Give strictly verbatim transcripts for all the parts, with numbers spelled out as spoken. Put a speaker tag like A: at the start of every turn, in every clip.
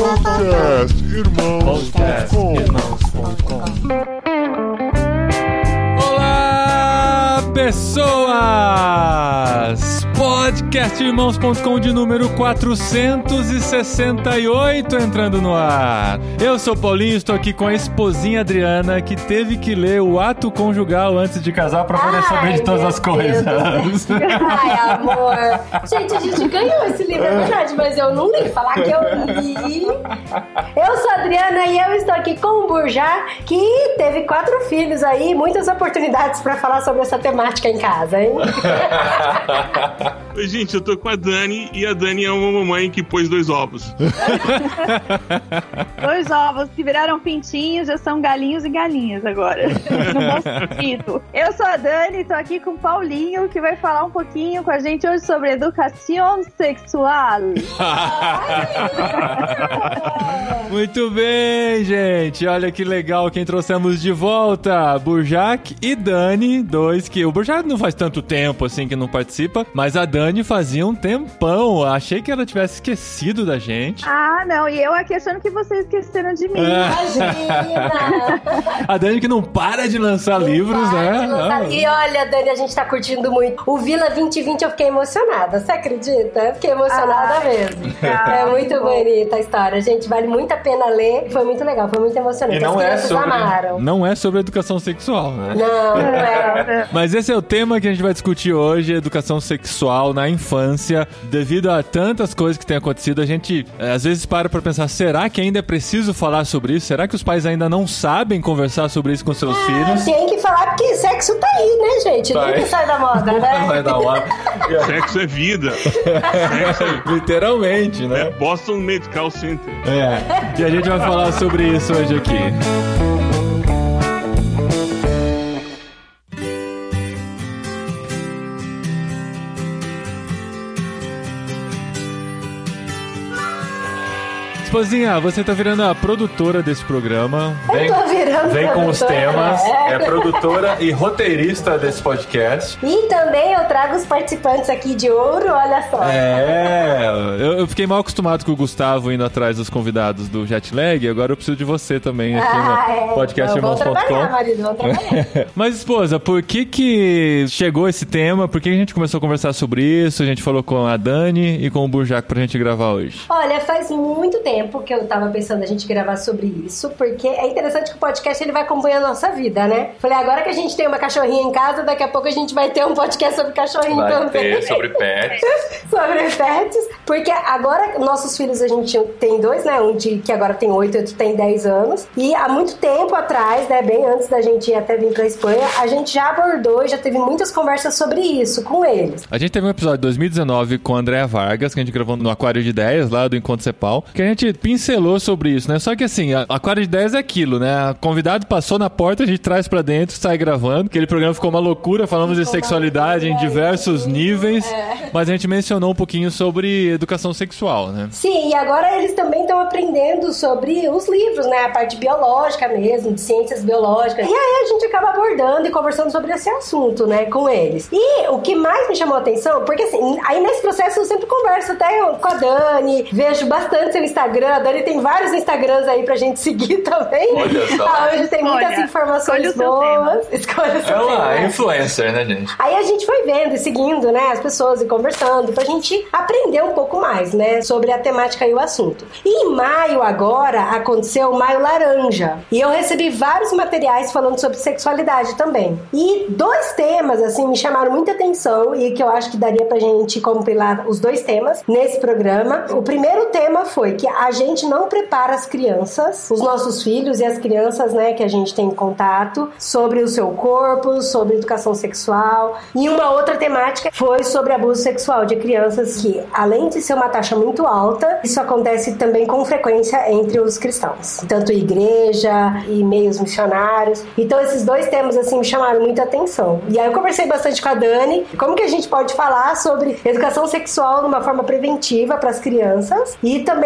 A: Podcast Irmãos ponto com.
B: Olá, pessoas! Podcast Irmãos ponto com de número quatrocentos e sessenta e oito entrando no ar. Eu sou o Paulinho, estou aqui com a esposinha Adriana, que teve que ler o ato conjugal antes de casar para poder Ai, saber de todas as coisas.
C: Ai, amor. Gente, a gente ganhou esse livro, é verdade, mas eu não li. Falar que eu li. Eu sou a Adriana e eu estou aqui com o Burjá, que teve quatro filhos aí, muitas oportunidades para falar sobre essa temática em casa, hein?
D: Oi, gente, eu tô com a Dani e a Dani é uma mamãe que pôs dois ovos.
E: Dois ovos que viraram pintinhos, já são galinhos e galinhas agora. No bom sentido. Eu sou a Dani, tô aqui com o Paulinho, que vai falar um pouquinho com a gente hoje sobre educação sexual.
B: Muito bem, gente. Olha que legal quem trouxemos de volta. Burjac e Dani, dois que... O Burjac não faz tanto tempo assim que não participa, mas a Dani fazia um tempão. Achei que ela tivesse esquecido da gente.
E: Ah, não. E eu aqui achando que vocês esqueceram de mim.
C: Imagina!
B: A Dani que não para de lançar não livros, né?
C: Lançar. E olha, Dani, a gente tá curtindo muito. O Vila vinte vinte eu fiquei emocionada. Você acredita? Eu fiquei emocionada ah, mesmo.
E: Ah,
C: é muito bonita a história. Gente, vale muito a pena ler. Foi muito legal, foi muito emocionante.
B: E não
C: As
B: é
C: crianças
B: sobre,
C: amaram.
B: Não é sobre educação sexual, né?
C: Não, não é.
B: Mas esse é o tema que a gente vai discutir hoje, educação sexual na infância. Devido a tantas coisas que têm acontecido, a gente é, às vezes para pra pensar, será que ainda é preciso falar sobre isso? Será que os pais ainda não sabem conversar sobre isso com seus
C: ah,
B: filhos?
C: Tem que falar porque sexo tá aí, né, gente?
B: Tá
C: Nunca
B: aí.
C: sai da moda, né?
B: Vai dar moda.
D: Sexo é vida. Sexo é...
B: Literalmente, né?
D: É Boston Medical Center.
B: É. E a gente vai falar sobre isso hoje aqui. Esposinha, você tá virando a produtora desse programa. Vem,
C: eu tô virando
B: Vem com os temas.
C: É.
B: é produtora e roteirista desse podcast.
C: E também eu trago os participantes aqui de ouro, olha só.
B: É, eu, eu fiquei mal acostumado com o Gustavo indo atrás dos convidados do Jetlag, agora eu preciso de você também aqui
C: ah,
B: no
C: é.
B: podcast Irmãos ponto com.
C: Vou trabalhar, marido, vou trabalhar.
B: Mas, esposa, por que que chegou esse tema? Por que a gente começou a conversar sobre isso? A gente falou com a Dani e com o Burjac pra gente gravar hoje.
C: Olha, faz muito tempo que eu tava pensando a gente gravar sobre isso, porque é interessante que o podcast ele vai acompanhando a nossa vida, né? Falei, agora que a gente tem uma cachorrinha em casa, daqui a pouco a gente vai ter um podcast sobre cachorrinho
B: vai
C: também.
B: Ter, sobre pets.
C: Sobre pets, porque agora nossos filhos a gente tem dois, né? Um de, que agora tem oito, outro tem dez anos. E há muito tempo atrás, né? Bem antes da gente ir até vir pra Espanha, a gente já abordou e já teve muitas conversas sobre isso com eles.
B: A gente teve um episódio de dois mil e dezenove com a Andréa Vargas, que a gente gravou no Aquário de Ideias, lá do Encontro Cepal, que a gente pincelou sobre isso, né? Só que assim, a Aquário de Ideias é aquilo, né? O convidado passou na porta, a gente traz pra dentro, sai gravando. Aquele programa ficou uma loucura, falamos de sexualidade em diversos níveis, é. Mas a gente mencionou um pouquinho sobre educação sexual, né?
C: Sim, e agora eles também estão aprendendo sobre os livros, né? A parte biológica mesmo, de ciências biológicas. E aí a gente acaba abordando e conversando sobre esse assunto, né? Com eles. E o que mais me chamou a atenção, porque assim, aí nesse processo eu sempre converso até com a Dani, vejo bastante seu Instagram, a Dani tem vários Instagrams aí pra gente seguir também.
B: Olha só.
C: Ah, hoje tem muitas
E: Olha,
C: informações boas. Escolha o seu
B: Ela
C: tema.
B: é influencer, né, gente?
C: Aí a gente foi vendo e seguindo, né, as pessoas e conversando pra gente aprender um pouco mais, né, sobre a temática e o assunto. E em maio agora aconteceu o Maio Laranja. E eu recebi vários materiais falando sobre sexualidade também. E dois temas, assim, me chamaram muita atenção e que eu acho que daria pra gente compilar os dois temas nesse programa. O primeiro tema foi que a gente não prepara as crianças, os nossos filhos e as crianças, né, que a gente tem contato, sobre o seu corpo, sobre educação sexual. E uma outra temática foi sobre abuso sexual de crianças, que além de ser uma taxa muito alta, isso acontece também com frequência entre os cristãos, tanto igreja e meios missionários. Então esses dois temas assim me chamaram muita atenção. E aí eu conversei bastante com a Dani, como que a gente pode falar sobre educação sexual de uma forma preventiva para as crianças, e também a gente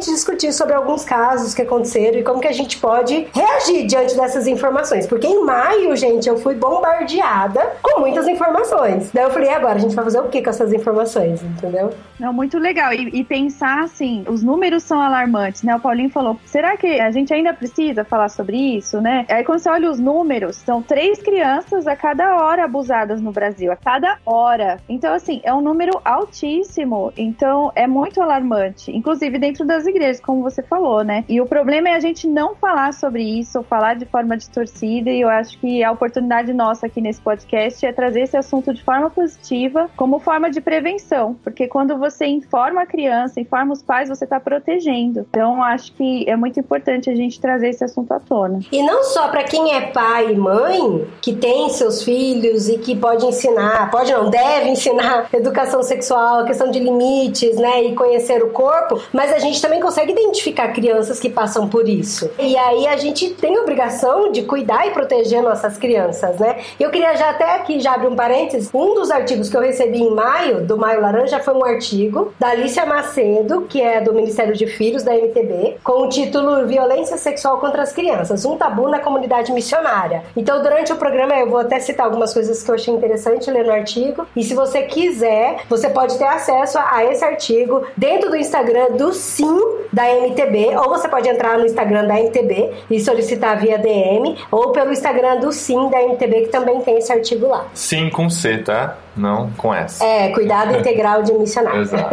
C: discutir sobre alguns casos que aconteceram e como que a gente pode reagir diante dessas informações. Porque em maio, gente, eu fui bombardeada com muitas informações. Daí eu falei, e agora? A gente vai fazer o que com essas informações, entendeu?
E: Não, muito legal. E, e pensar assim, os números são alarmantes, né? O Paulinho falou, será que a gente ainda precisa falar sobre isso, né? Aí quando você olha os números, são três crianças a cada hora abusadas no Brasil, a cada hora. Então, assim, é um número altíssimo. Então, é muito alarmante. Inclusive dentro das igrejas, como você falou, né? E o problema é a gente não falar sobre isso, falar de forma distorcida, e eu acho que a oportunidade nossa aqui nesse podcast é trazer esse assunto de forma positiva, como forma de prevenção, porque quando você informa a criança, informa os pais, você está protegendo. Então, acho que é muito importante a gente trazer esse assunto à tona.
C: E não só para quem é pai e mãe, que tem seus filhos e que pode ensinar, pode não, deve ensinar educação sexual, questão de limites, né, e conhecer o corpo, mas a gente também consegue identificar crianças que passam por isso. E aí a gente tem a obrigação de cuidar e proteger nossas crianças, né? Eu queria já até aqui, já abrir um parênteses, um dos artigos que eu recebi em maio, do Maio Laranja, foi um artigo da Alicia Macedo, que é do Ministério de Filhos, da M T B, com o título Violência Sexual contra as Crianças, um tabu na comunidade missionária. Então, durante o programa, eu vou até citar algumas coisas que eu achei interessante ler no artigo, e se você quiser, você pode ter acesso a esse artigo dentro do Instagram do Sim da M T B, ou você pode entrar no Instagram da M T B e solicitar via D M, ou pelo Instagram do Sim da M T B, que também tem esse artigo lá.
B: Sim com C, tá? Não com S.
C: É, cuidado integral de missionário.
B: Exato.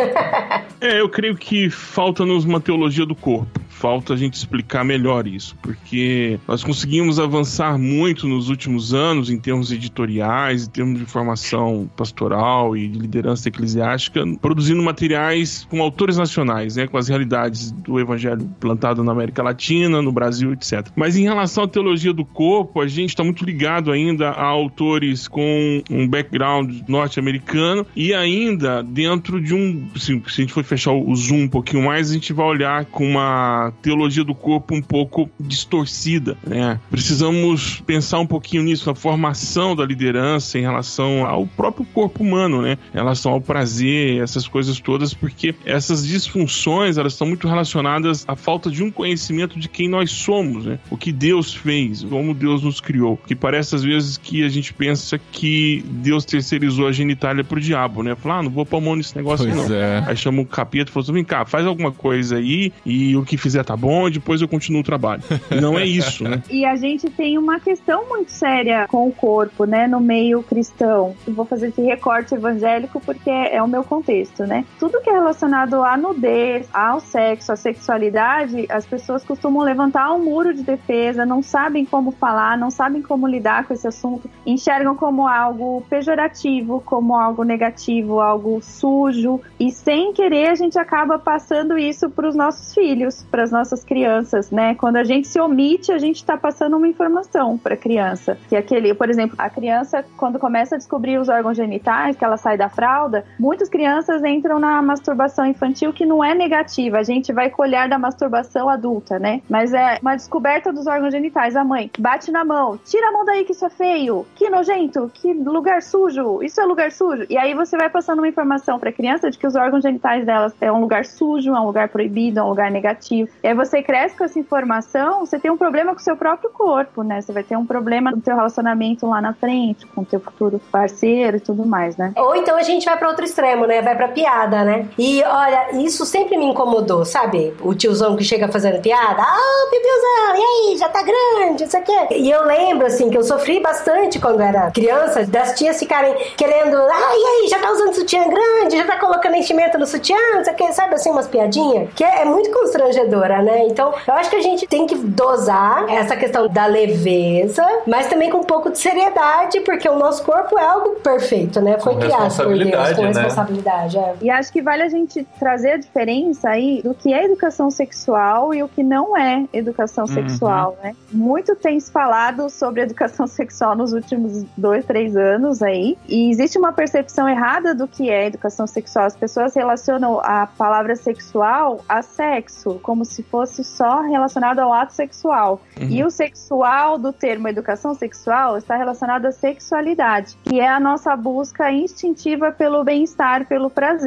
D: É, eu creio que falta-nos uma teologia do corpo. Falta a gente explicar melhor isso, porque nós conseguimos avançar muito nos últimos anos em termos editoriais, em termos de formação pastoral e de liderança eclesiástica, produzindo materiais com autores nacionais, né, com as realidades do evangelho plantado na América Latina, no Brasil, etcétera. Mas em relação à teologia do corpo, a gente está muito ligado ainda a autores com um background norte-americano e ainda dentro de um... Assim, se a gente for fechar o zoom um pouquinho mais, a gente vai olhar com uma teologia do corpo um pouco distorcida, né? Precisamos pensar um pouquinho nisso, a formação da liderança em relação ao próprio corpo humano, né? Em relação ao prazer, essas coisas todas, porque essas disfunções, elas estão muito relacionadas à falta de um conhecimento de quem nós somos, né? O que Deus fez, como Deus nos criou, que parece às vezes que a gente pensa que Deus terceirizou a genitália pro diabo, né? Falar, ah, não vou pôr a mão nesse negócio
B: pois
D: não.
B: É.
D: Aí chama o capeta e fala assim, vem cá, faz alguma coisa aí e o que fizer tá bom, depois eu continuo o trabalho. E não é isso, né?
E: E a gente tem uma questão muito séria com o corpo, né, no meio cristão. Eu vou fazer esse recorte evangélico porque é o meu contexto, né? Tudo que é relacionado à nudez, ao sexo, à sexualidade, as pessoas costumam levantar um muro de defesa, não sabem como falar, não sabem como lidar com esse assunto, enxergam como algo pejorativo, como algo negativo, algo sujo, e sem querer a gente acaba passando isso para os nossos filhos, para as nossas crianças, né? Quando a gente se omite, a gente está passando uma informação para a criança. Que aquele, por exemplo, a criança, quando começa a descobrir os órgãos genitais, que ela sai da fralda, muitas crianças entram na masturbação infantil que não é negativa. A gente vai colher da masturbação adulta, né? Mas é uma descoberta dos órgãos genitais. A mãe bate na mão, tira a mão daí que isso é feio, que nojento, que lugar sujo, isso é lugar sujo. E aí você vai passando uma informação para a criança de que os órgãos genitais delas é um lugar sujo, é um lugar proibido, é um lugar negativo. E aí você cresce com essa informação, você tem um problema com o seu próprio corpo, né? Você vai ter um problema no seu relacionamento lá na frente, com o teu futuro parceiro e tudo mais, né?
C: Ou então a gente vai pra outro extremo, né? Vai pra piada, né? E olha, isso sempre me incomodou, sabe? O tiozão que chega fazendo piada, ah, pipiozão, e aí, já tá grande, isso aqui. E eu lembro, assim, que eu sofri bastante quando era criança, das tias ficarem querendo, ah, e aí, já tá usando sutiã grande, já tá colocando enchimento no sutiã, não sei o que, sabe, assim, umas piadinhas, que é, é muito constrangedora, né? Então, eu acho que a gente tem que dosar essa questão da leveza, mas também com um pouco de seriedade, porque o nosso corpo é algo perfeito, né? Foi
B: com
C: criado por Deus, com
B: né?
C: responsabilidade. É.
E: E acho que vale a gente trazer a diferença aí do que é educação sexual e o que não é educação
B: uhum.
E: sexual, né? Muito tem se falado sobre educação sexual nos últimos dois, três anos aí, e existe uma percepção errada do que é educação sexual. As pessoas relacionam a palavra sexual a sexo, como se fosse só relacionado ao ato sexual. Uhum. E o sexual do termo educação sexual está relacionado à sexualidade, que é a nossa busca instintiva pelo bem-estar, pelo prazer.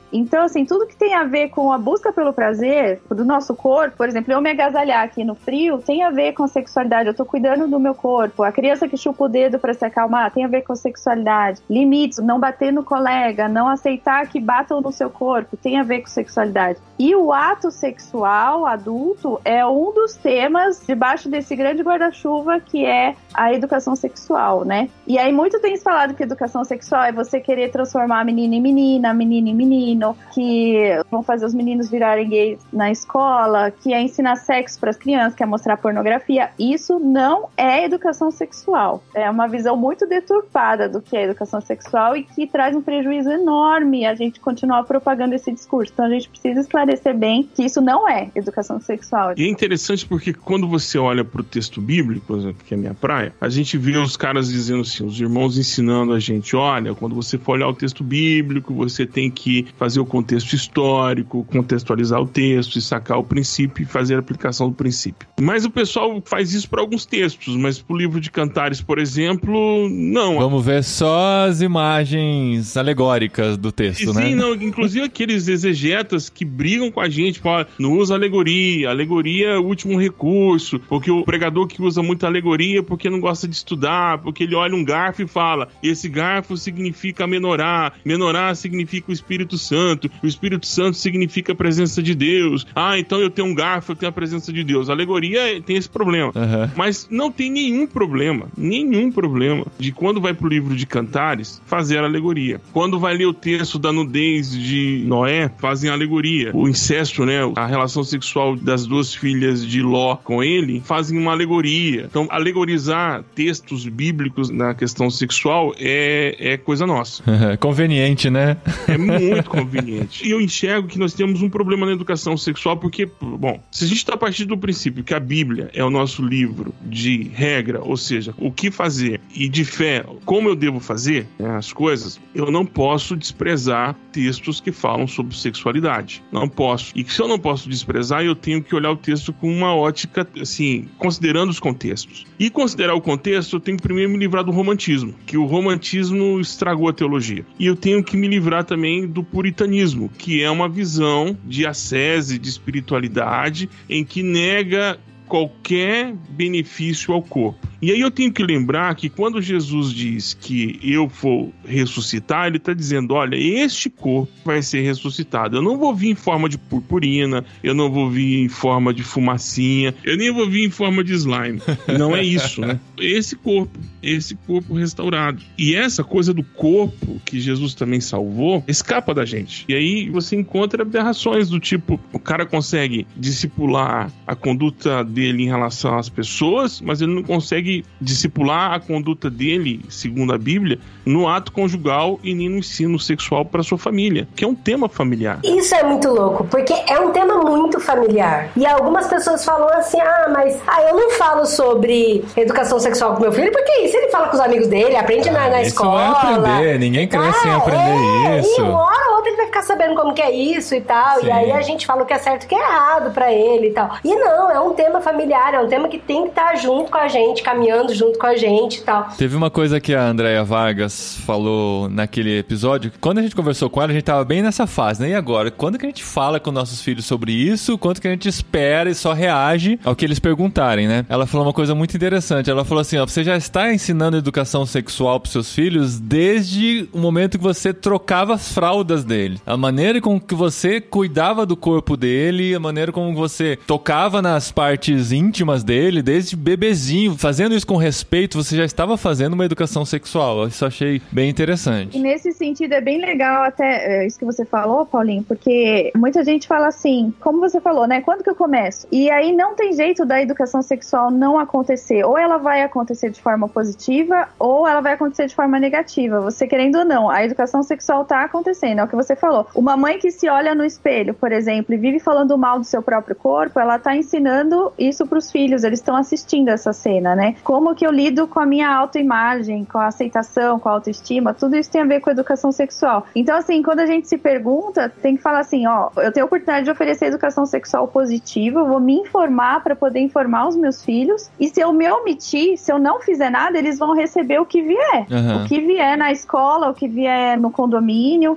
E: Então, assim, tudo que tem a ver com a busca pelo prazer do nosso corpo, por exemplo, eu me agasalhar aqui no frio, tem a ver com sexualidade. Eu tô cuidando do meu corpo. A criança que chupa o dedo pra se acalmar tem a ver com sexualidade. Limites, não bater no colega, não aceitar que batam no seu corpo, tem a ver com sexualidade. E o ato sexual adulto é um dos temas debaixo desse grande guarda-chuva que é a educação sexual, né? E aí muito tem se falado que educação sexual é você querer transformar a menina em menina, a menina em menino, que vão fazer os meninos virarem gays na escola, que é ensinar sexo para as crianças, que é mostrar pornografia. Isso não é educação sexual. É uma visão muito deturpada do que é educação sexual e que traz um prejuízo enorme a gente continuar propagando esse discurso. Então a gente precisa esclarecer bem que isso não é educação sexual.
D: E é interessante porque quando você olha para o texto bíblico, por exemplo, que é a minha praia, a gente vê os caras dizendo assim, os irmãos ensinando a gente, olha, quando você for olhar o texto bíblico, você tem que fazer o contexto histórico, contextualizar o texto e sacar o princípio e fazer a aplicação do princípio. Mas o pessoal faz isso para alguns textos, mas para o livro de Cantares, por exemplo, não.
B: Vamos ver só as imagens alegóricas do texto,
D: Sim,
B: né?
D: Sim, não, inclusive aqueles exegetas que brigam com a gente, falam, não usa alegoria, alegoria é o último recurso, porque o pregador que usa muita alegoria porque não gosta de estudar, porque ele olha um garfo e fala, esse garfo significa menorá, menorá significa o Espírito Santo, o Espírito Santo significa a presença de Deus, ah, então eu tenho um garfo, eu tenho a presença de Deus. A alegoria tem esse problema,
B: uhum.
D: Mas não tem nenhum problema, nenhum problema de quando vai pro livro de Cantares, fazer a alegoria. Quando vai ler o texto da nudez de Noé, fazem a alegoria. O incesto, né, a relação sexual das duas filhas de Ló com ele, fazem uma alegoria. Então, alegorizar textos bíblicos na questão sexual é, é coisa nossa.
B: Conveniente, né?
D: É muito conveniente. E eu enxergo que nós temos um problema na educação sexual porque, bom, se a gente está a partir do princípio que a Bíblia é o nosso livro de regra, ou seja, o que fazer e de fé, como eu devo fazer, né, as coisas, eu não posso desprezar textos que falam sobre sexualidade. Não posso. E se eu não posso desprezar, eu tenho que olhar o texto com uma ótica, assim, considerando os contextos. E considerar o contexto, eu tenho que primeiro me livrar do romantismo, que o romantismo estragou a teologia. E eu tenho que me livrar também do puritanismo, que é uma visão de ascese, de espiritualidade, em que nega qualquer benefício ao corpo. E aí eu tenho que lembrar que quando Jesus diz que eu vou ressuscitar, ele está dizendo, olha, este corpo vai ser ressuscitado. Eu não vou vir em forma de purpurina, eu não vou vir em forma de fumacinha, eu nem vou vir em forma de slime. Não é isso, né? Esse corpo, esse corpo restaurado. E essa coisa do corpo que Jesus também salvou, escapa da gente. E aí você encontra aberrações do tipo, o cara consegue discipular a conduta dele em relação às pessoas, mas ele não consegue discipular a conduta dele, segundo a Bíblia, no ato conjugal e nem no ensino sexual para sua família, que é um tema familiar.
C: Isso é muito louco, porque é um tema muito familiar. E algumas pessoas falam assim, ah, mas ah, eu não falo sobre educação sexual com meu filho, porque isso ele fala com os amigos dele, aprende ah, na, na
B: isso
C: escola.
B: Isso vai aprender, ninguém cresce ah, sem aprender
C: é,
B: isso.
C: E uma hora ou outra ele vai ficar sabendo como que é isso e tal, Sim. E aí a gente fala o que é certo e o que é errado pra ele e tal. E não, é um tema familiar, é um tema que tem que estar junto com a gente, caminhando junto com a gente e tal.
B: Teve uma coisa que a Andréia Vargas falou naquele episódio, quando a gente conversou com ela, a gente tava bem nessa fase, né? E agora? Quando que a gente fala com nossos filhos sobre isso? Quanto que a gente espera e só reage ao que eles perguntarem, né? Ela falou uma coisa muito interessante, ela falou assim, ó, você já está ensinando educação sexual pros seus filhos desde o momento que você trocava as fraldas dele. A maneira com que você cuidava do corpo dele, a maneira como você tocava nas partes íntimas dele, desde bebezinho, fazendo isso com respeito, você já estava fazendo uma educação sexual. Isso eu achei bem interessante.
E: E nesse sentido é bem legal até é, isso que você falou, Paulinho, porque muita gente fala assim, como você falou, né? Quando que eu começo? E aí não tem jeito da educação sexual não acontecer. Ou ela vai acontecer de forma positiva, ou ela vai acontecer de forma negativa. Você querendo ou não, a educação sexual tá acontecendo, é o que você falou. Uma mãe que se olha no espelho, por exemplo, e vive falando mal do seu próprio corpo, ela tá ensinando isso pros filhos, eles estão assistindo essa cena, né? Como que eu lido com a minha autoimagem, com a aceitação, com a autoestima, tudo isso tem a ver com a educação sexual. Então, assim, quando a gente se pergunta, tem que falar assim, ó, eu tenho a oportunidade de oferecer educação sexual positiva, eu vou me informar para poder informar os meus filhos, e se eu me omitir, se eu não fizer nada, eles vão receber o que vier. Uhum. O que vier na escola, o que vier no condomínio. A gente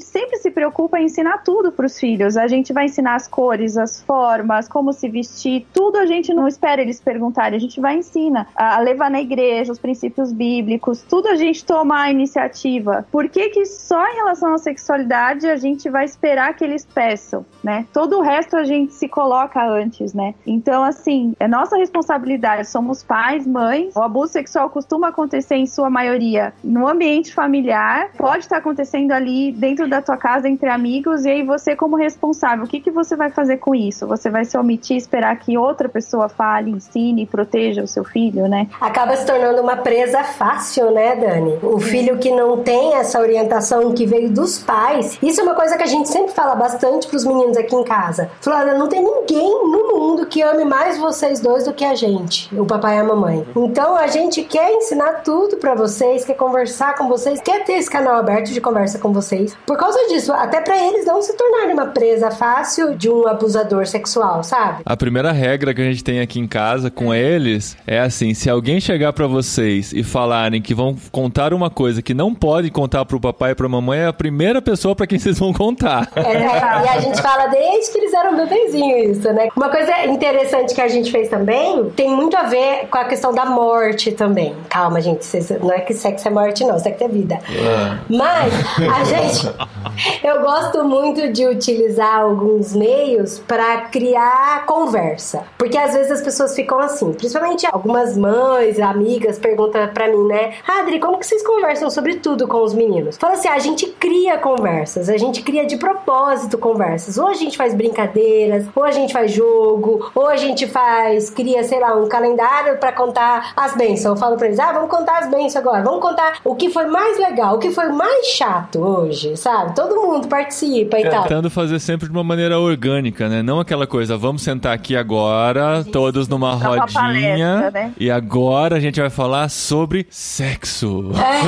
E: gente sempre se preocupa em ensinar tudo para os filhos. A gente vai ensinar as cores, as formas, como se vestir, tudo a gente não espera eles perguntarem, a gente vai ensinar a levar na igreja, os princípios bíblicos, tudo a gente toma a iniciativa. Por que que só em relação à sexualidade a gente vai esperar que eles peçam, né? Todo o resto a gente se coloca antes, né? Então, assim, é nossa responsabilidade, somos pais, mães, o abuso sexual costuma acontecer em sua maioria no ambiente familiar, pode estar acontecendo ali dentro da tua casa, entre amigos, e aí você como responsável, o que que você vai fazer com isso? Você vai se omitir, esperar que outra pessoa fale, ensine, proteja o seu filho, né?
C: Acaba se tornando uma presa fácil, né, Dani? O filho que não tem essa orientação que veio dos pais, isso é uma coisa que a gente sempre fala bastante pros meninos aqui em casa. Flora, não tem ninguém no mundo que ame mais vocês dois do que a gente, o papai e a mamãe. Então a gente quer ensinar tudo pra vocês, quer conversar com vocês, quer ter esse canal aberto de conversa com vocês. Por causa disso, até pra eles não se tornarem uma presa fácil de um abusador sexual, sabe?
B: A primeira regra que a gente tem aqui em casa com eles é assim, se alguém chegar pra vocês e falarem que vão contar uma coisa que não pode contar pro papai e pra mamãe, é a primeira pessoa pra quem vocês vão contar.
C: É, e a gente fala desde que eles eram bebezinhos isso, né? Uma coisa interessante que a gente fez também tem muito a ver com a questão da morte também. Calma, gente, vocês, não é que sexo é morte não, sexo é vida. É. Mas a gente, eu gosto muito de utilizar alguns meios pra criar conversa, porque às vezes as pessoas ficam assim, principalmente algumas mães, amigas perguntam pra mim, né, Adri, como que vocês conversam sobre tudo com os meninos? Fala assim, a gente cria conversas, a gente cria de propósito conversas, ou a gente faz brincadeiras, ou a gente faz jogo, ou a gente faz, cria, sei lá, um calendário pra contar as bênçãos. Eu falo pra eles, ah, vamos contar as bênçãos agora, vamos contar o que foi mais legal, o que foi mais chato hoje, sabe? Todo mundo participa e tal.
B: Tentando fazer sempre de uma maneira orgânica, né? Não aquela coisa, vamos sentar aqui agora, todos numa rodinha, palestra, né? E agora a gente vai falar sobre sexo.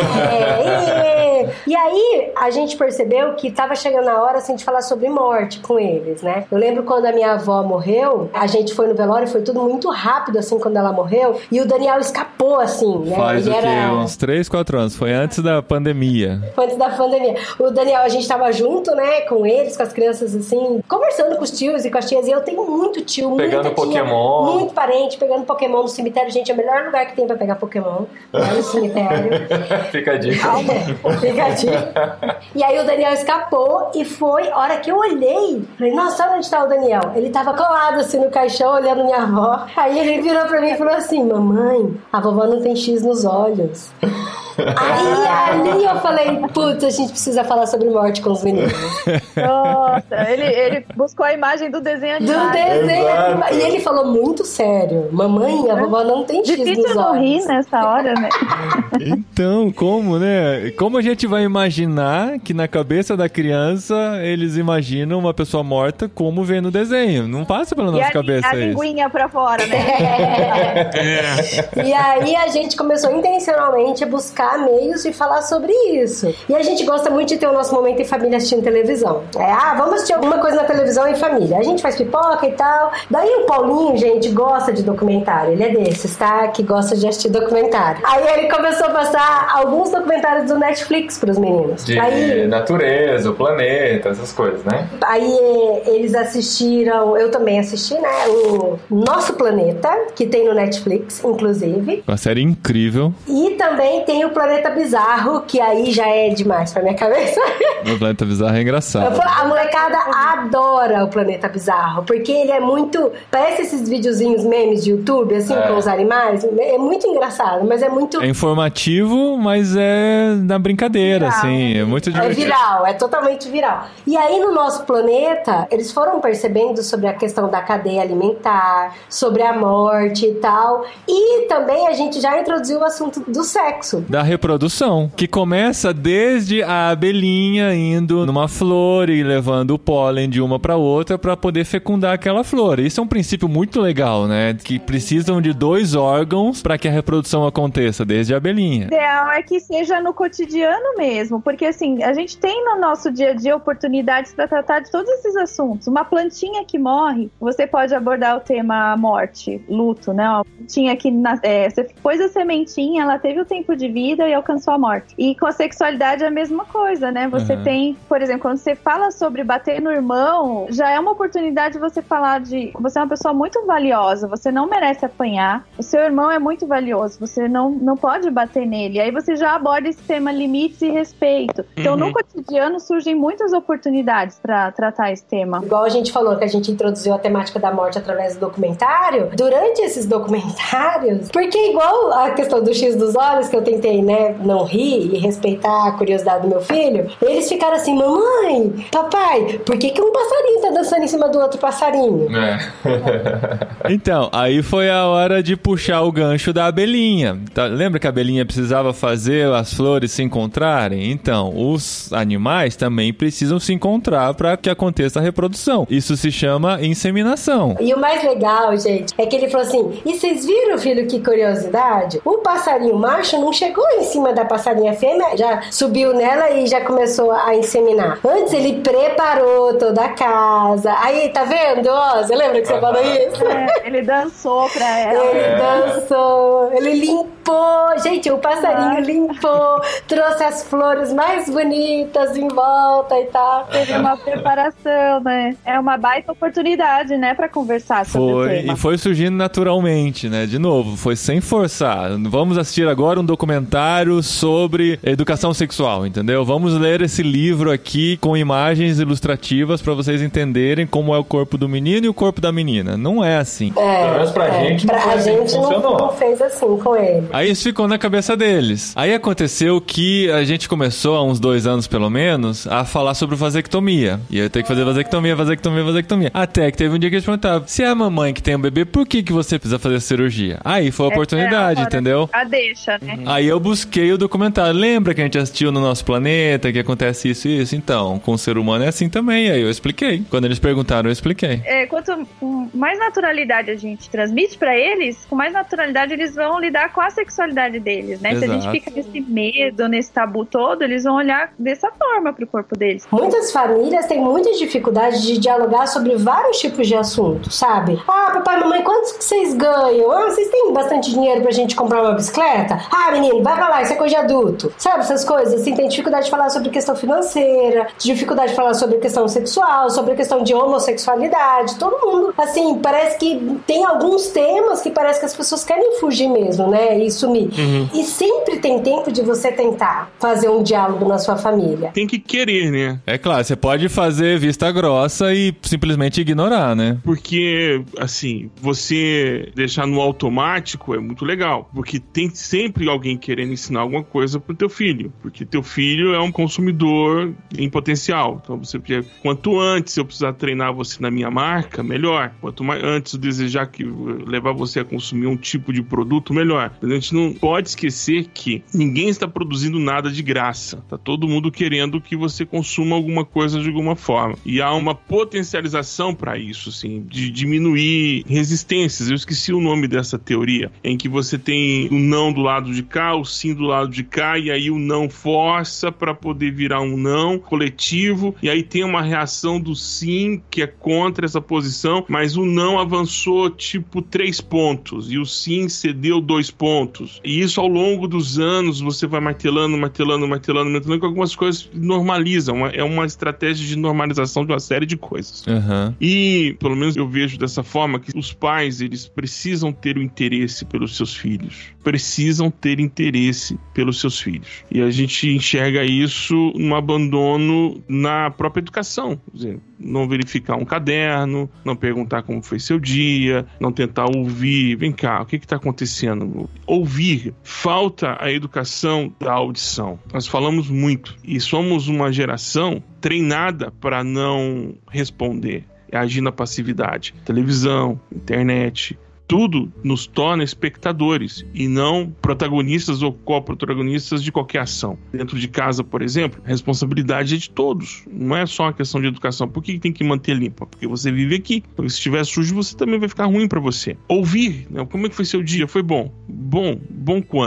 C: É, e, e aí a gente percebeu que tava chegando a hora assim, de falar sobre morte com eles, né? Eu lembro quando a minha avó morreu, a gente foi no velório, foi tudo muito rápido assim quando ela morreu, e o Daniel escapou assim, né?
B: Faz
C: Ele
B: o quê?
C: era...
B: Uns três, quatro anos. Foi antes da pandemia.
C: Foi antes da pandemia. O Daniel, a gente tava junto, né, com eles, com as crianças assim, conversando com os tios e com as tias, e eu tenho muito tio,
B: pegando
C: muita tia,
B: Pokémon.
C: muito parente, pegando Pokémon no cemitério. Gente, é o melhor lugar que tem pra pegar Pokémon, é no cemitério.
B: Fica a dica.
C: Fica a dica. E aí o Daniel escapou e foi, a hora que eu olhei, falei, nossa, onde tá o Daniel? Ele tava colado assim no caixão, olhando minha avó. Aí ele virou pra mim e falou assim, mamãe, a vovó não tem X nos olhos. Aí ali eu falei, putz, a gente precisa falar sobre morte com os meninos.
E: Nossa, ele, ele buscou a imagem do desenho animado.
C: Do desenho animado. E ele falou muito sério, mamãe, a vovó não tem X
E: Difícil
C: nos
E: não
C: olhos.
E: rir nessa hora, né?
B: Então, como, né? Como a gente vai imaginar que na cabeça da criança eles imaginam uma pessoa morta como vê no desenho? Não passa pela nossa
E: e a,
B: cabeça
E: a
B: isso.
E: linguinha pra fora, né?
C: É. E aí a gente começou intencionalmente a buscar meios de falar sobre isso. E a gente gosta muito de ter o nosso momento em família assistindo televisão. É, ah, vamos assistir alguma coisa na televisão em família. A gente faz pipoca e tal. Daí o Paulinho, gente, gosta de documentário. Ele é desses, tá? Que gosta de assistir documentário. Aí ele começou a passar alguns documentários do Netflix pros meninos.
B: De
C: aí,
B: natureza, o planeta, essas coisas, né?
C: Aí eles assistiram, eu também assisti, né? O Nosso Planeta, que tem no Netflix, inclusive.
B: Uma série incrível.
C: E também tem o Planeta Bizarro, que aí já é demais pra minha cabeça.
B: O Planeta Bizarro é engraçado.
C: A molecada adora o Planeta Bizarro, porque ele é muito... Parece esses videozinhos memes de YouTube, assim, é. com os animais. É muito engraçado, mas é muito...
B: É informativo, mas é na brincadeira, viral, assim. É muito divertido.
C: É viral, é totalmente viral. E aí, no Nosso Planeta, eles foram percebendo sobre a questão da cadeia alimentar, sobre a morte e tal. E também a gente já introduziu o assunto do sexo.
B: Da reprodução, que começa desde a abelhinha indo numa flor e levando o pólen de uma para outra para poder fecundar aquela flor. Isso é um princípio muito legal, né? Que precisam de dois órgãos para que a reprodução aconteça, desde a abelhinha.
E: O ideal é que seja no cotidiano cotidiano mesmo, porque assim, a gente tem no nosso dia a dia oportunidades para tratar de todos esses assuntos. Uma plantinha que morre, você pode abordar o tema morte, luto, né? Uma plantinha que é, você pôs a sementinha, ela teve o tempo de vida e alcançou a morte. E com a sexualidade é a mesma coisa, né? Você uhum. tem, por exemplo, quando você fala sobre bater no irmão, já é uma oportunidade de você falar de... Você é uma pessoa muito valiosa, você não merece apanhar, o seu irmão é muito valioso, você não, não pode bater nele. Aí você já aborda esse tema limites e respeito. Então, uhum. no cotidiano surgem muitas oportunidades para tratar esse tema.
C: Igual a gente falou que a gente introduziu a temática da morte através do documentário, durante esses documentários, porque igual a questão do X dos olhos, que eu tentei, né, não rir e respeitar a curiosidade do meu filho, eles ficaram assim, mamãe, papai, por que que um passarinho tá dançando em cima do outro passarinho? É.
B: Então, aí foi a hora de puxar o gancho da abelhinha. Tá, lembra que a abelhinha precisava fazer as flores se encontrarem? Então, os animais também precisam se encontrar para que aconteça a reprodução. Isso se chama inseminação.
C: E o mais legal, gente, é que ele falou assim, e vocês viram, filho, que curiosidade? O passarinho macho não chegou em cima da passarinha fêmea, já subiu nela e já começou a inseminar. Antes ele preparou toda a casa. Aí, tá vendo? Ó, você lembra que você falou isso?
E: É, ele dançou pra ela.
C: Ele é. dançou, ele limpou. Gente, o passarinho ah. limpou, trouxe as flores mais bonitas em volta e tal.
E: Teve uma preparação, né? É uma baita oportunidade, né, pra conversar sobre
B: foi,
E: o tema.
B: E foi surgindo naturalmente, né? De novo, foi sem forçar. Vamos assistir agora um documentário sobre educação sexual, entendeu? Vamos ler esse livro aqui com imagens ilustrativas pra vocês entenderem como é o corpo do menino e o corpo da menina. Não é assim.
C: É, Mas pra é, gente, pra a assim gente não, não fez assim com ele.
B: Aí isso ficou na cabeça deles. Aí aconteceu que a gente começou, há uns dois anos pelo menos, a falar sobre vasectomia. E eu tenho que fazer vasectomia, vasectomia, vasectomia. Até que teve um dia que eles perguntavam, se é a mamãe que tem um bebê, por que que você precisa fazer a cirurgia? Aí foi a oportunidade, é, entendeu?
E: A deixa, né?
B: Uhum. Aí eu busquei o documentário. Lembra que a gente assistiu no Nosso Planeta, que acontece isso e isso? Então, com o ser humano é assim também. Aí eu expliquei. Quando eles perguntaram, eu expliquei.
E: É, quanto mais naturalidade a gente transmite pra eles, com mais naturalidade eles vão lidar com a sexualidade deles, né? Exato. Se a gente fica nesse medo, nesse tabu todo, eles vão olhar dessa forma pro corpo deles.
C: Muitas famílias têm muita dificuldade de dialogar sobre vários tipos de assuntos, sabe? Ah, papai, mamãe, quantos que vocês ganham? Ah, vocês têm bastante dinheiro pra gente comprar uma bicicleta? Ah, menino, vai pra lá, isso é coisa de adulto. Sabe, essas coisas, assim, tem dificuldade de falar sobre questão financeira, dificuldade de falar sobre questão sexual, sobre questão de homossexualidade, todo mundo, assim, parece que tem alguns temas que parece que as pessoas querem fugir mesmo, né, e sumir. Uhum. E sempre tem tempo de você tentar fazer um diálogo na sua família.
D: Tem que querer, né?
B: É claro, você pode fazer vista grossa e simplesmente ignorar, né?
D: Porque, assim, você deixar no automático é muito legal, porque tem sempre alguém querendo ensinar alguma coisa pro teu filho, porque teu filho é um consumidor em potencial. Então, você quanto antes eu precisar treinar você na minha marca, melhor. Quanto mais antes eu desejar que levar você a consumir um tipo de produto, melhor. A gente não pode esquecer que ninguém está produzindo nada de graça. Tá todo mundo querendo que você consuma alguma coisa de alguma forma. E há uma potencialização para isso, assim, de diminuir resistências. Eu esqueci o nome dessa teoria, em que você tem o não do lado de cá, o sim do lado de cá, e aí o não força para poder virar um não coletivo, e aí tem uma reação do sim, que é contra essa posição, mas o não avançou tipo três pontos, e o sim cedeu dois pontos. E isso ao longo dos anos você vai martelando, martelando, martelando, martelando, que algumas coisas normalizam. É uma estratégia de normalização de uma série de coisas.
B: Uhum.
D: E, pelo menos eu vejo dessa forma, que os pais, eles precisam ter o interesse pelos seus filhos. Precisam ter interesse pelos seus filhos. E a gente enxerga isso no abandono na própria educação. Quer dizer, não verificar um caderno, não perguntar como foi seu dia, não tentar ouvir, vem cá, o que está acontecendo? Ouvir. Falta a educação da audição. Nós falamos muito e somos uma geração treinada para não responder, agir na passividade. Televisão, internet, tudo nos torna espectadores e não protagonistas ou co-protagonistas de qualquer ação. Dentro de casa, por exemplo, a responsabilidade é de todos. Não é só uma questão de educação. Por que tem que manter limpa? Porque você vive aqui. Porque se estiver sujo, você também vai ficar ruim para você. Ouvir, né? Como é que foi seu dia? Foi bom? Bom, bom quanto?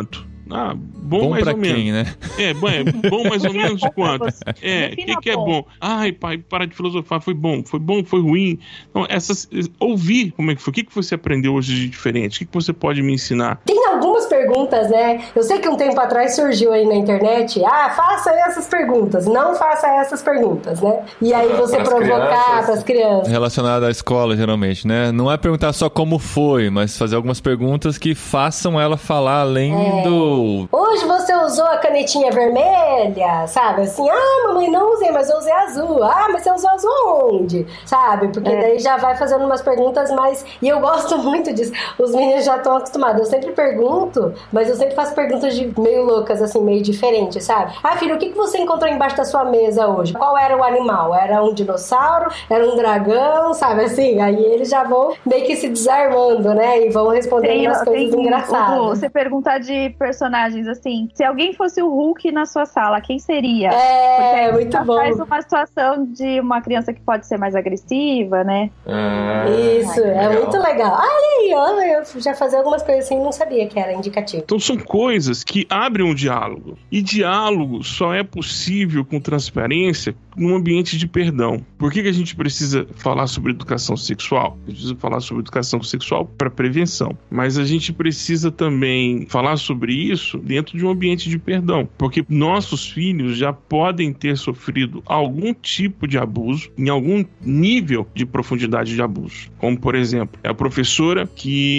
D: Ah, bom,
B: Bom
D: mais
B: pra
D: ou
B: quem,
D: menos.
B: né?
D: É, bom, é bom mais ou menos de quanto? É, o
E: Defina
D: que, que é
E: bom.
D: bom? Ai, pai, para de filosofar, foi bom, foi bom, foi ruim. Então, essas, ouvir como é que foi, o que, que você aprendeu hoje de diferente, o que, que você pode me ensinar?
C: Tem algumas perguntas, né? Eu sei que um tempo atrás surgiu aí na internet, ah, faça essas perguntas, não faça essas perguntas, né? E aí você
B: Pras
C: provocar
B: crianças.
C: para as crianças.
B: Relacionada à escola, geralmente, né? Não é perguntar só como foi, mas fazer algumas perguntas que façam ela falar além
C: É.
B: do...
C: Hoje você usou a canetinha vermelha, sabe? Assim, ah, mamãe, não usei, mas eu usei azul. Ah, mas você usou azul onde? Sabe? Porque
E: É.
C: daí já vai fazendo umas perguntas mais... E eu gosto muito disso. Os meninos já estão acostumados. Eu sempre pergunto, mas eu sempre faço perguntas de meio loucas, assim, meio diferentes, sabe? Ah, filho, o que que você encontrou embaixo da sua mesa hoje? Qual era o animal? Era um dinossauro? Era um dragão? Sabe assim? Aí eles já vão meio que se desarmando, né? E vão respondendo
E: Tem,
C: umas coisas
E: tem
C: engraçadas.
E: o- você perguntar de personagens assim, se alguém fosse o Hulk na sua sala, quem seria? Porque
C: É,
E: aí
C: muito
E: já
C: bom.
E: faz uma situação de uma criança que pode ser mais agressiva, né?
C: Isso, é
B: legal.
C: muito legal. Ah, aí, ó, eu já fazia algumas coisas assim e não sabia que era indicativo.
D: Então são coisas que abrem um diálogo. E diálogo só é possível com transparência num ambiente de perdão. Por que que a gente precisa falar sobre educação sexual? A gente precisa falar sobre educação sexual para prevenção. Mas a gente precisa também falar sobre isso dentro de um ambiente de perdão. Porque nossos filhos já podem ter sofrido algum tipo de abuso, em algum nível de profundidade de abuso. Como, por exemplo, é a professora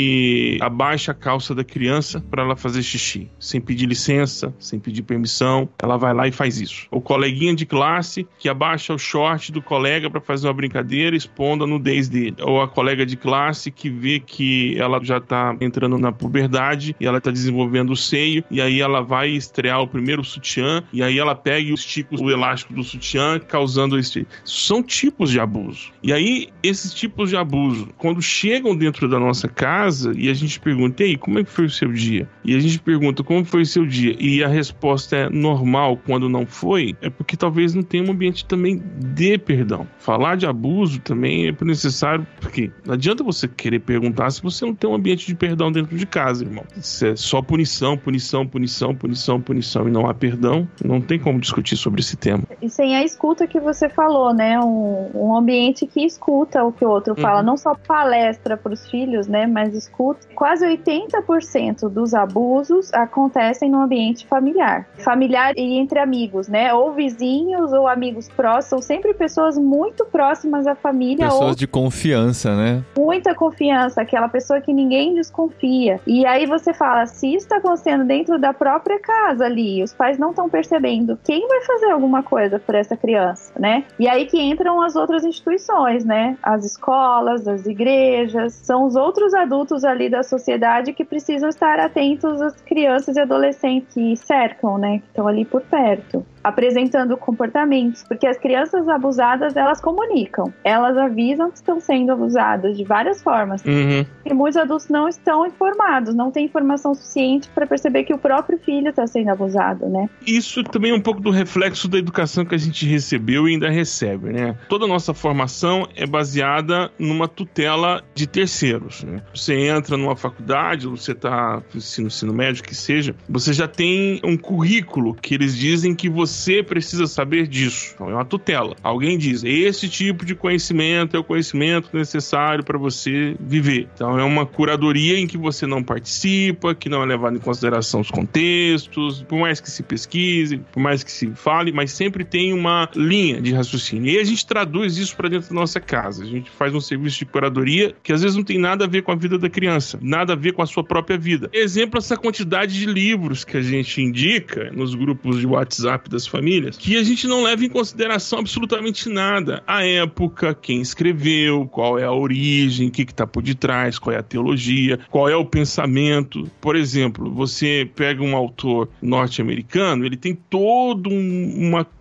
D: que abaixa a calça da criança para ela fazer xixi, sem pedir licença, sem pedir permissão, ela vai lá e faz isso. O coleguinha de classe que abaixa o short do colega para fazer uma brincadeira expondo a nudez dele. Ou a colega de classe que vê que ela já tá entrando na puberdade e ela tá desenvolvendo o seio, e aí ela vai estrear o primeiro sutiã, e aí ela pega e estica o elástico do sutiã, causando esse... São tipos de abuso. E aí, esses tipos de abuso, quando chegam dentro da nossa casa e a gente pergunta, e aí, como é que foi o seu dia? E a gente pergunta, como foi o seu dia? E a resposta é normal quando não foi, é porque talvez não tenha um ambiente também de perdão. Falar de abuso também é necessário, porque não adianta você querer perguntar se você não tem um ambiente de perdão dentro de casa, irmão. Se é só punição, punição, punição, punição, punição e não há perdão, não tem como discutir sobre esse tema.
E: E sem a escuta que você falou, né? Um, um ambiente que escuta o que o outro fala,
D: Uhum.
E: não só palestra para os filhos, né? Mas escuta. Quase oitenta por cento dos abusos acontecem no ambiente familiar. Familiar e entre amigos, né? Ou vizinhos ou amigos próximos, são sempre pessoas muito próximas à família
B: Pessoas
E: ou
B: de confiança, né?
E: muita confiança, aquela pessoa que ninguém desconfia. E aí você fala, se isso está acontecendo dentro da própria casa ali, os pais não estão percebendo, quem vai fazer alguma coisa por essa criança, né? E aí que entram as outras instituições, né? As escolas, as igrejas, são os outros adultos ali da sociedade que precisam estar atentos às crianças e adolescentes que cercam, né? Que estão ali por perto, apresentando comportamentos, porque as crianças abusadas, elas comunicam, elas avisam que estão sendo abusadas de várias formas.
D: Uhum.
E: E muitos adultos não estão informados, não têm informação suficiente para perceber que o próprio filho está sendo abusado, né?
D: Isso também é um pouco do reflexo da educação que a gente recebeu e ainda recebe, né? Toda a nossa formação é baseada numa tutela de terceiros, né? Você entra numa faculdade, você está no ensino, ensino médio, que seja, você já tem um currículo que eles dizem que você precisa saber disso. Então, é uma tutela. Alguém diz, esse tipo de conhecimento é o conhecimento necessário para você viver. Então, é uma curadoria em que você não participa, que não é levado em consideração os contextos, por mais que se pesquise, por mais que se fale, mas sempre tem uma linha de raciocínio. E a gente traduz isso para dentro da nossa casa. A gente faz um serviço de curadoria que às vezes não tem nada a ver com a vida da criança, nada a ver com a sua própria vida. Exemplo, essa quantidade de livros que a gente indica nos grupos de WhatsApp das famílias, que a gente não leva em consideração absolutamente nada. A época, quem escreveu, qual é a origem, o que está por detrás, qual é a teologia, qual é o pensamento. Por exemplo, você pega um autor norte-americano, ele tem toda um, uma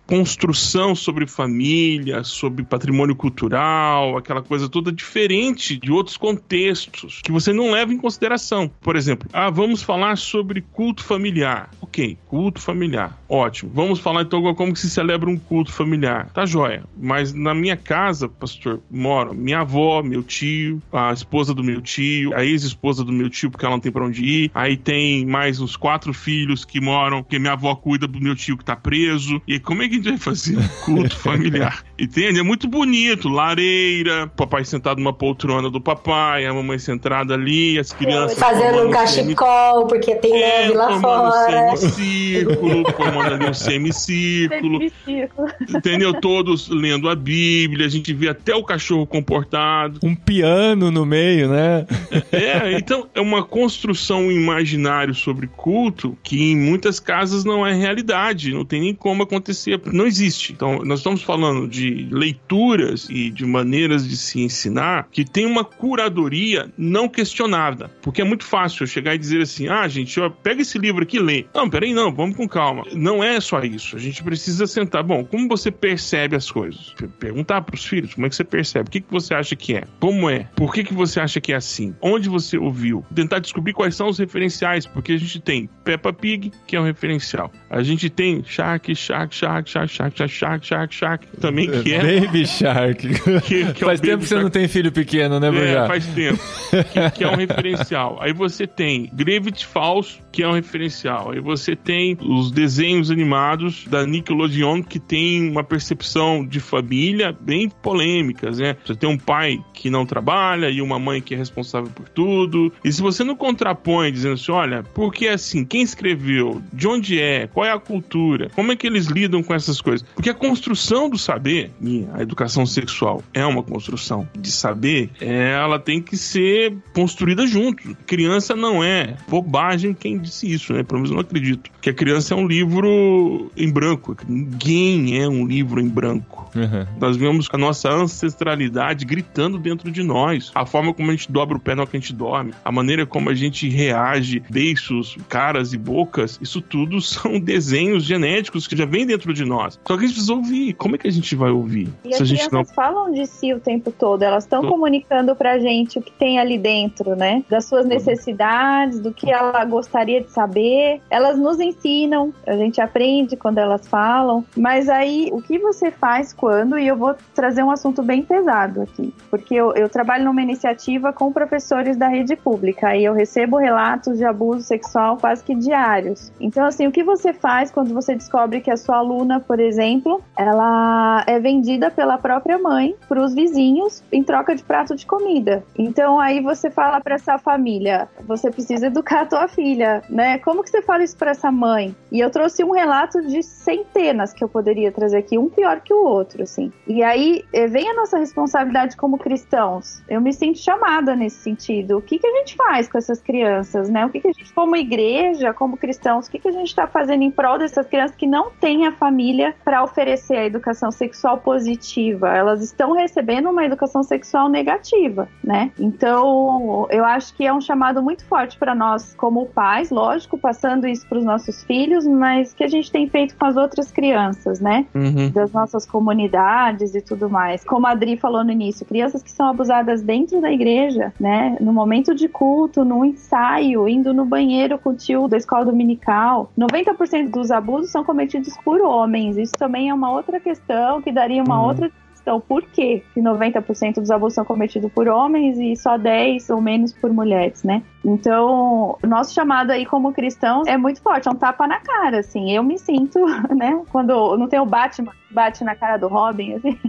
D: construção sobre família, sobre patrimônio cultural, aquela coisa toda diferente de outros contextos que você não leva em consideração. Por exemplo, ah, vamos falar sobre culto familiar. Ok, culto familiar, ótimo. Vamos falar então como que se celebra um culto familiar. Tá joia, mas na minha casa, pastor, moram minha avó, meu tio, a esposa do meu tio, a ex-esposa do meu tio, porque ela não tem pra onde ir. Aí tem mais uns quatro filhos que moram, porque minha avó cuida do meu tio que tá preso. E como é que a gente vai fazer um culto familiar? Entende? É muito bonito. Lareira, papai sentado numa poltrona do papai, a mamãe sentada ali, as crianças
C: fazendo um cachecol, semi... porque tem é, neve lá fora.
D: Um semicírculo, formando ali um semicírculo. semicírculo. Entendeu? Todos lendo a Bíblia, a gente vê até o cachorro comportado.
B: Um piano no meio, né?
D: É, então é uma construção, um imaginário sobre culto que em muitas casas não é realidade, não tem nem como acontecer, não existe. Então nós estamos falando de leituras e de maneiras de se ensinar que tem uma curadoria não questionada, porque é muito fácil eu chegar e dizer assim, ah gente, ó, pega esse livro aqui e lê. Não, peraí não, vamos com calma. Não é só isso, a gente precisa sentar. Bom, como você percebe as coisas? Perguntar para os filhos, como é que você percebe? O que, que você acha que é? Como é? Por que, que você acha que é assim? Onde você ouviu? Tentar descobrir quais são os referenciais, porque a gente tem Peppa Pig, que é um referencial. A gente tem Shark, Shark, Shark, Shark, Shark, Shark, Shark, Shark, Shark, também que é...
B: Baby Shark.
D: Que, que é
B: faz tempo que você
D: Shark.
B: Não tem filho pequeno, né, Brujá?
D: É, faz tempo. Que, que é um referencial. Aí você tem Gravity Falls, que é um referencial. Aí você tem os desenhos animados da Nickelodeon, que tem uma percepção de família bem polêmicas, né? Você tem um pai que não trabalha e uma mãe que é responsável por tudo. E se você não contrapõe dizendo assim, olha, por que assim? Quem escreveu? De onde é? Qual é a cultura? Como é que eles lidam com essas coisas? Porque a construção do saber, a educação sexual é uma construção de saber, ela tem que ser construída junto. Criança não é bobagem quem disse isso, né? Pelo menos eu não acredito. Que a criança é um livro em branco. Ninguém é um livro em branco. Uhum. Nós vemos a nossa ancestralidade gritando dentro de nós. A forma como a gente dobra o pé na hora que a gente dorme, a maneira como a gente reage, beiços, caras e bocas, isso tudo são desenhos genéticos que já vêm dentro de nós. Só que a gente precisa ouvir. Como é que a gente vai ouvir?
E: E as crianças não... falam de si o tempo todo. Elas estão Tô... comunicando pra gente o que tem ali dentro, né? Das suas necessidades, do que ela gostaria de saber. Elas nos ensinam, a gente aprende quando elas falam. Mas aí, o que você faz quando... E eu vou trazer um assunto bem pesado aqui. Porque eu, eu trabalho numa iniciativa com professores da rede pública. E eu recebo relatos de abuso sexual quase que diários. Então, assim, o que você faz quando você descobre que a sua aluna, por exemplo, ela é vendida pela própria mãe para os vizinhos em troca de prato de comida? Então, aí você fala para essa família, você precisa educar a tua filha, né? Como que você fala isso para essa mãe? E eu trouxe um relato de centenas que eu poderia trazer aqui, um pior que o outro, assim. E aí, vem a nossa responsabilidade como cristãos. Eu me sinto chamada nesse sentido. O que que a gente faz com essas crianças, né? O que que a gente, como igreja, como cristãos, o que que a gente está fazendo em prol dessas crianças que não têm a família para oferecer a educação sexual positiva? Elas estão recebendo uma educação sexual negativa, né? Então, eu acho que é um chamado muito forte para nós como pais, lógico, passando isso para os nossos filhos, mas que a gente tem feito com as outras crianças, né? Uhum. Das nossas comunidades e tudo mais. Como a Adri falou no início, crianças que são abusadas dentro da igreja, né? No momento de culto, no ensaio, indo no banheiro com o tio da escola dominical. noventa por cento dos abusos são cometidos por homens. Isso também é uma outra questão que daria uma uhum. outra questão. Por quê que noventa por cento dos abusos são cometidos por homens e só dez por cento ou menos por mulheres, né? Então, o nosso chamado aí como cristãos é muito forte, é um tapa na cara, assim. Eu me sinto, né? Quando não tem o Batman, bate na cara do Robin, assim.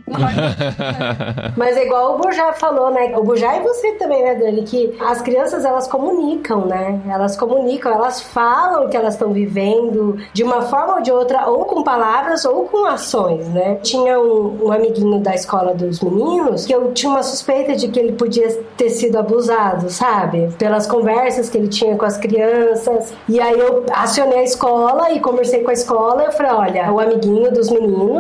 C: Mas é igual o Burjá falou, né? O Burjá e você também, né, Dani? Que as crianças, elas comunicam, né? Elas comunicam, elas falam o que elas estão vivendo de uma forma ou de outra, ou com palavras ou com ações, né? Tinha um, um amiguinho da escola dos meninos que eu tinha uma suspeita de que ele podia ter sido abusado, sabe? Pelas conversas que ele tinha com as crianças. E aí eu acionei a escola e conversei com a escola e eu falei, olha, o amiguinho dos meninos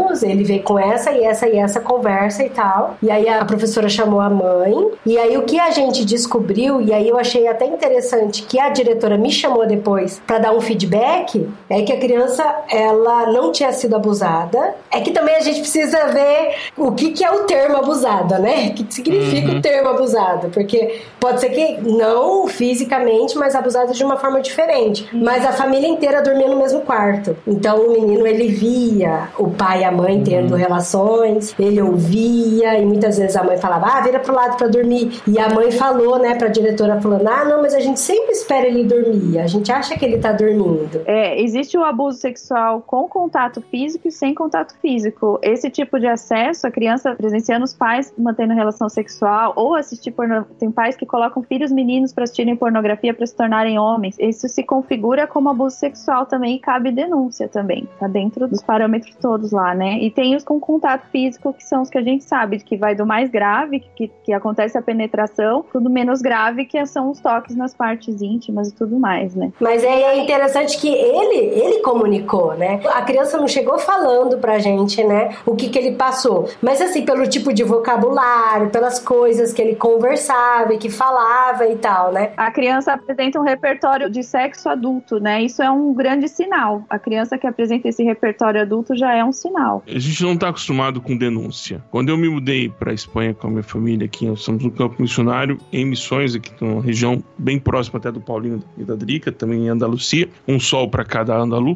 C: meninos, ele veio com essa e essa e essa conversa e tal. E aí a professora chamou a mãe. E aí o que a gente descobriu, e aí eu achei até interessante que a diretora me chamou depois para dar um feedback, é que a criança, ela não tinha sido abusada. É que também a gente precisa ver o que, que é o termo abusada, né? O que significa uhum. o termo abusada. Porque pode ser que não fisicamente, mas abusada de uma forma diferente. Mas a família inteira dormia no mesmo quarto. Então o menino, ele via o pai e a mãe tendo uhum. relações, ele ouvia, e muitas vezes a mãe falava, ah, vira pro lado pra dormir. E a mãe falou, né, pra diretora, falando, ah, não, mas a gente sempre espera ele dormir, a gente acha que ele tá dormindo.
E: É, existe o abuso sexual com contato físico e sem contato físico. Esse tipo de acesso, a criança presenciando os pais mantendo relação sexual, ou assistir porno... tem pais que colocam filhos meninos pra assistirem pornografia pra se tornarem homens. Isso se configura como abuso sexual também e cabe denúncia também. Tá dentro dos parâmetros todos lá, né? E tem os com contato físico, que são os que a gente sabe, que vai do mais grave, que, que acontece a penetração, tudo menos grave, que são os toques nas partes íntimas e tudo mais, né?
C: Mas é interessante que ele, ele comunicou, né? A criança não chegou falando pra gente, né, o que que ele passou. Mas assim, pelo tipo de vocabulário, pelas coisas que ele conversava e que falava e tal, né?
E: A criança apresenta um repertório de sexo adulto, né? Isso é um grande sinal. A criança que apresenta esse repertório adulto já é um sinal.
D: A gente não está acostumado com denúncia. Quando eu me mudei para a Espanha com a minha família aqui, nós estamos no campo missionário em Missões, aqui numa região bem próxima até do Paulinho e da Drica, também em Andalucia, um sol para cada andalu.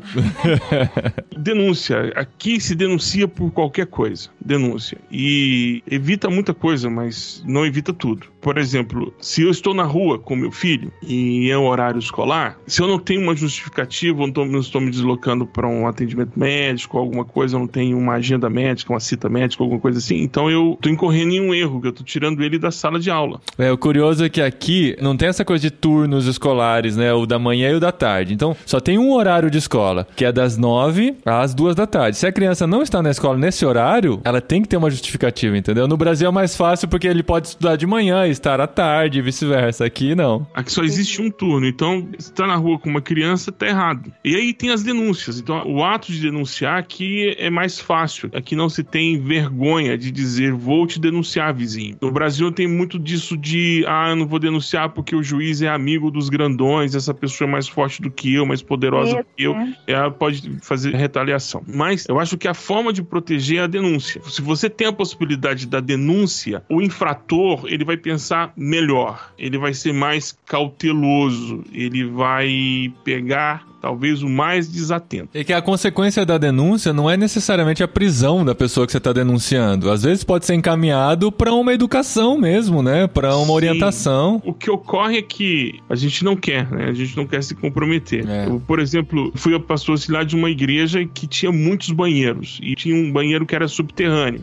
D: Denúncia. Aqui se denuncia por qualquer coisa. Denúncia. E evita muita coisa, mas não evita tudo. Por exemplo, se eu estou na rua com meu filho e é um horário escolar, se eu não tenho uma justificativa, eu não estou, não estou me deslocando para um atendimento médico, alguma coisa, eu não tenho uma agenda médica, uma cita médica, alguma coisa assim, então eu estou incorrendo em um erro, que eu estou tirando ele da sala de aula.
B: É, o curioso é que aqui não tem essa coisa de turnos escolares, né? O da manhã e o da tarde. Então, só tem um horário de escola, que é das nove às duas da tarde. Se a criança não está na escola nesse horário, ela tem que ter uma justificativa, entendeu? No Brasil é mais fácil porque ele pode estudar de manhã e estar à tarde e vice-versa. Aqui não.
D: Aqui só existe um turno, então se está na rua com uma criança, tá errado. E aí tem as denúncias. Então o ato de denunciar aqui é mais fácil. Aqui não se tem vergonha de dizer, vou te denunciar, vizinho. No Brasil tem muito disso de, ah, eu não vou denunciar porque o juiz é amigo dos grandões, essa pessoa é mais forte do que eu, mais poderosa do que eu, ela pode fazer retaliação. Mas eu acho que a forma de proteger é a denúncia. Se você tem a possibilidade da denúncia, o infrator, ele vai pensar melhor, ele vai ser mais cauteloso, ele vai pegar talvez o mais desatento.
B: E que a consequência da denúncia não é necessariamente a prisão da pessoa que você está denunciando. Às vezes pode ser encaminhado para uma educação mesmo, né? Para uma Sim. orientação.
D: O que ocorre é que a gente não quer, né? A gente não quer se comprometer. É. Eu, por exemplo, fui pastor auxiliar de uma igreja que tinha muitos banheiros. E tinha um banheiro que era subterrâneo.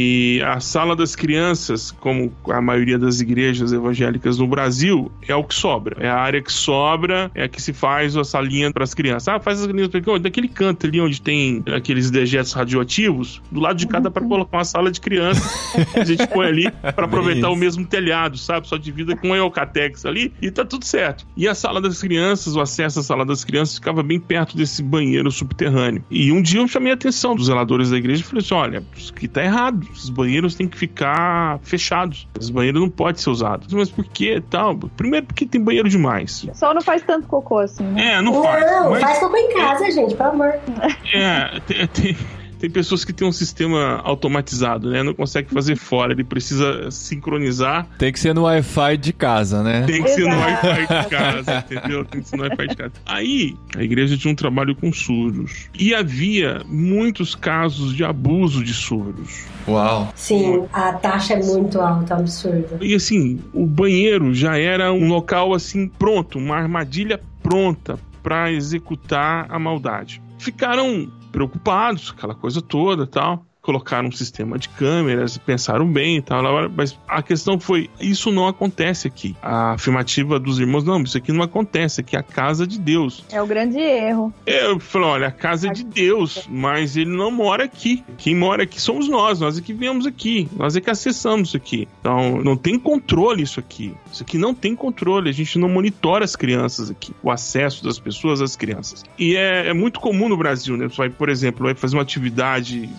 D: E a sala das crianças, como a maioria das igrejas evangélicas no Brasil, é o que sobra. É a área que sobra, é a que se faz a salinha para as crianças. Ah, faz as crianças porque, oh, daquele canto ali onde tem aqueles dejetos radioativos, do lado de cá dá para colocar uma sala de crianças. A gente põe ali para aproveitar é o mesmo telhado, sabe? Só divida com a Eucatex ali e tá tudo certo. E a sala das crianças, o acesso à sala das crianças ficava bem perto desse banheiro subterrâneo. E um dia eu chamei a atenção dos zeladores da igreja e falei assim, olha, isso aqui tá errado. Os banheiros têm que ficar fechados. Os banheiros não podem ser usados. Mas por que tal? Primeiro porque tem banheiro demais.
E: Só não faz tanto cocô assim, né?
D: É, não faz.
C: Não,
D: mas...
C: faz cocô em casa, é... gente, pelo amor.
D: É, tem... tem... Tem pessoas que têm um sistema automatizado, né? Não consegue fazer fora, ele precisa sincronizar.
B: Tem que ser no Wi-Fi de casa, né?
D: Tem que Exato. ser no Wi-Fi de casa, entendeu? Tem que ser no Wi-Fi de casa. Aí, a igreja tinha um trabalho com surdos. E havia muitos casos de abuso de surdos.
B: Uau!
C: Sim, a taxa é muito alta, absurda.
D: E assim, o banheiro já era um local assim, pronto, uma armadilha pronta para executar a maldade. Ficaram preocupados, aquela coisa toda e tal. Colocaram um sistema de câmeras, pensaram bem e tal, mas a questão foi, isso não acontece aqui. A afirmativa dos irmãos, não, isso aqui não acontece, aqui é a casa de Deus.
E: É o grande erro.
D: Eu falei, olha, a casa é de Deus, mas ele não mora aqui. Quem mora aqui somos nós, nós é que viemos aqui, nós é que acessamos isso aqui. Então, não tem controle isso aqui. Isso aqui não tem controle, a gente não monitora as crianças aqui, o acesso das pessoas às crianças. E é, é muito comum no Brasil, né? Você vai, por exemplo, vai fazer uma atividade de evangelização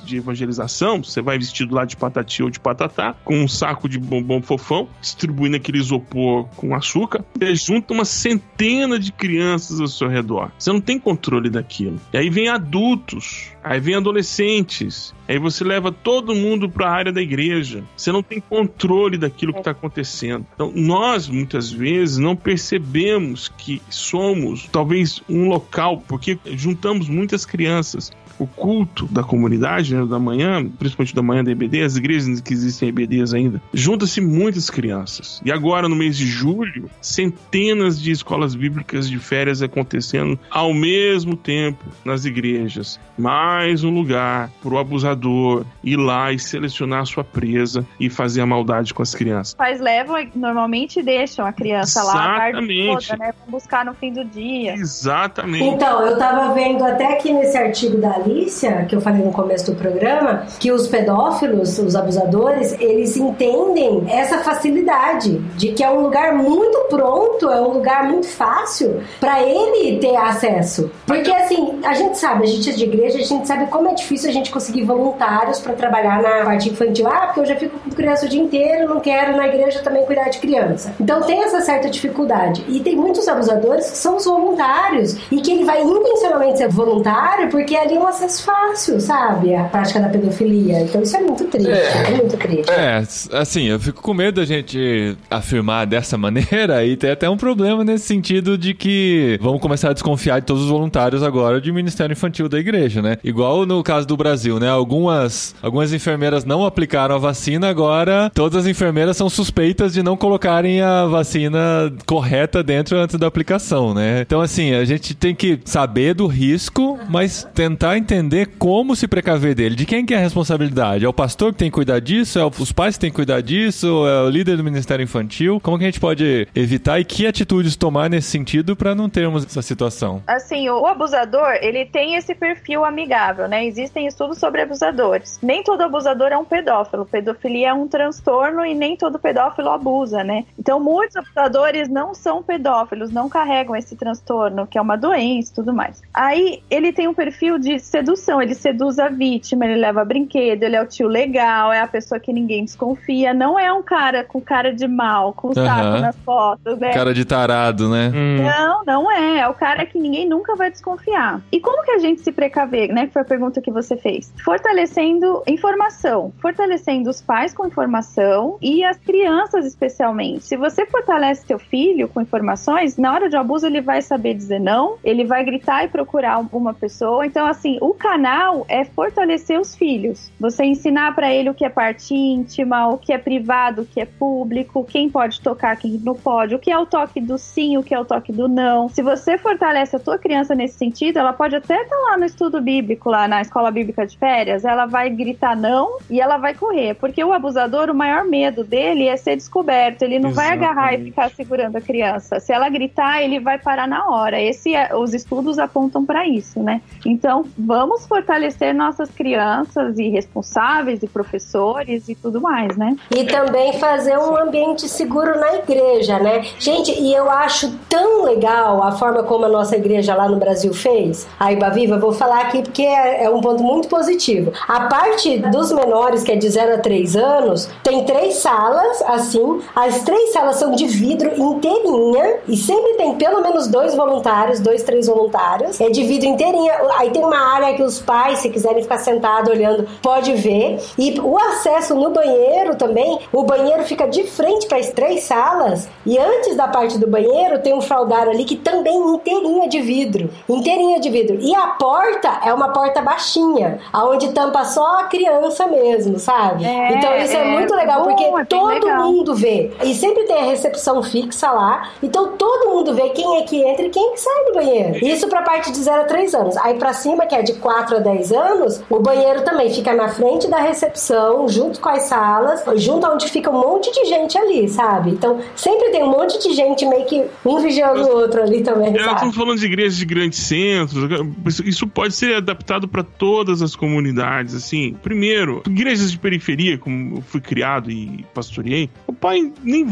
D: socialização, você vai vestido lá de patati ou de patatá, com um saco de bombom fofão, distribuindo aquele isopor com açúcar, e junta uma centena de crianças ao seu redor. Você não tem controle daquilo. E aí vem adultos, aí vem adolescentes, aí você leva todo mundo para a área da igreja. Você não tem controle daquilo que está acontecendo. Então, nós, muitas vezes, não percebemos que somos, talvez, um local, porque juntamos muitas crianças. O culto da comunidade, né, da manhã, principalmente da manhã da E B D, as igrejas que existem E B Ds ainda, junta-se muitas crianças. E agora, no mês de julho, centenas de escolas bíblicas de férias acontecendo ao mesmo tempo nas igrejas. Mais um lugar para o abusador ir lá e selecionar a sua presa e fazer a maldade com as crianças.
E: Os pais levam, normalmente deixam a criança lá a tarde toda, né? Vão buscar no fim do dia.
D: Exatamente.
C: Então, eu tava vendo até aqui nesse artigo da Alicia, que eu falei no começo do programa, que os pedófilos, os abusadores, eles entendem essa facilidade de que é um lugar muito pronto, é um lugar muito fácil para ele ter acesso. Porque assim, a gente sabe, a gente é de igreja, a gente sabe como é difícil a gente conseguir voluntários para trabalhar na parte infantil. Ah, porque eu já fico com criança o dia inteiro, não quero na igreja também cuidar de criança. Então tem essa certa dificuldade. E tem muitos abusadores que são os voluntários e que ele vai intencionalmente ser voluntário porque ali é um acesso fácil, sabe? A prática da pedofilia. Então isso é muito triste, é, é muito triste.
B: É, assim, eu fico com medo da gente afirmar dessa maneira e tem até um problema nesse sentido de que vamos começar a desconfiar de todos os voluntários agora de Ministério Infantil da igreja, né? Igual no caso do Brasil, né? Algumas, algumas enfermeiras não aplicaram a vacina, agora todas as enfermeiras são suspeitas de não colocarem a vacina correta dentro antes da aplicação, né? Então, assim, a gente tem que saber do risco, mas tentar entender como se precaver dele. De quem que é a responsabilidade? É o pastor que tem que cuidar disso? É os pais que tem que cuidar disso? É o líder do Ministério Infantil? Como que a gente pode evitar e que atitudes tomar nesse sentido para não termos essa situação?
E: Assim, o abusador, ele tem esse perfil amigável, né? Existem estudos sobre abusadores. Nem todo abusador é um pedófilo. Pedofilia é um transtorno e nem todo pedófilo abusa, né? Então, muitos abusadores não são pedófilos, não carregam esse transtorno, que é uma doença e tudo mais. Aí, ele tem um perfil de sedução, ele seduz a vítima, ele leva brinquedo, ele é o tio legal, é a pessoa que ninguém desconfia, não é um cara com cara de mal, com saco uhum. nas fotos, né?
B: Cara de tarado, né?
E: Hum. Não, não é, é o cara que ninguém nunca vai desconfiar. E como que a gente se precaver, né, que foi a pergunta que você fez? Fortalecendo informação, fortalecendo os pais com informação e as crianças especialmente. Se você fortalece seu filho com informações, na hora de abuso ele vai saber dizer não, ele vai gritar e procurar uma pessoa. Então, assim, o canal é fortalecer os filhos. Você ensinar pra ele o que é parte íntima, o que é privado, o que é público, quem pode tocar, quem não pode, o que é o toque do sim, o que é o toque do não. Se você fortalece a tua criança nesse sentido, ela pode até estar lá no estudo bíblico, lá na escola bíblica de férias, ela vai gritar não e ela vai correr, porque o abusador, o maior medo dele é ser descoberto, ele não Exatamente. vai agarrar e ficar segurando a criança. Se ela gritar, ele vai parar na hora. Esse é, os estudos apontam pra isso, né? Então, vamos fortalecer nossas crianças e responsáveis e professores e tudo mais, né?
C: E também fazer um ambiente seguro na igreja, né? Gente, e eu acho tão legal a forma como a nossa igreja lá no Brasil fez. A Iba Viva, eu vou falar aqui porque é, é um ponto muito positivo. A parte dos menores, que é de zero a três anos, tem três salas, assim. As três salas são de vidro inteirinha e sempre tem pelo menos dois voluntários, dois, três voluntários. É de vidro inteirinha. Aí tem uma área que os pais, se quiserem ficar sentados olhando, pode ver. E o acesso no banheiro também, o banheiro fica de frente para as três salas e antes da parte do banheiro tem um fraldário ali que também inteirinha de vidro. Inteirinha de vidro. E a porta é uma porta baixinha, aonde tampa só a criança mesmo, sabe? É, então isso é, é muito legal, bom, porque é todo legal. mundo vê. E sempre tem a recepção fixa lá, então todo mundo vê quem é que entra e quem é que sai do banheiro. Isso pra parte de zero a três anos. Aí pra cima, que é de quatro a dez anos, o banheiro também fica na frente da recepção, junto com as salas, junto onde fica um monte de gente ali, sabe? Então sempre tem um monte de gente meio que um vigiando o outro ali também,
D: Nós
C: sabe?
D: estamos falando de igrejas de grandes centros, isso pode ser adaptado para todas as comunidades, assim. Primeiro, igrejas de periferia, como eu fui criado e pastoreei, o pai nem vai.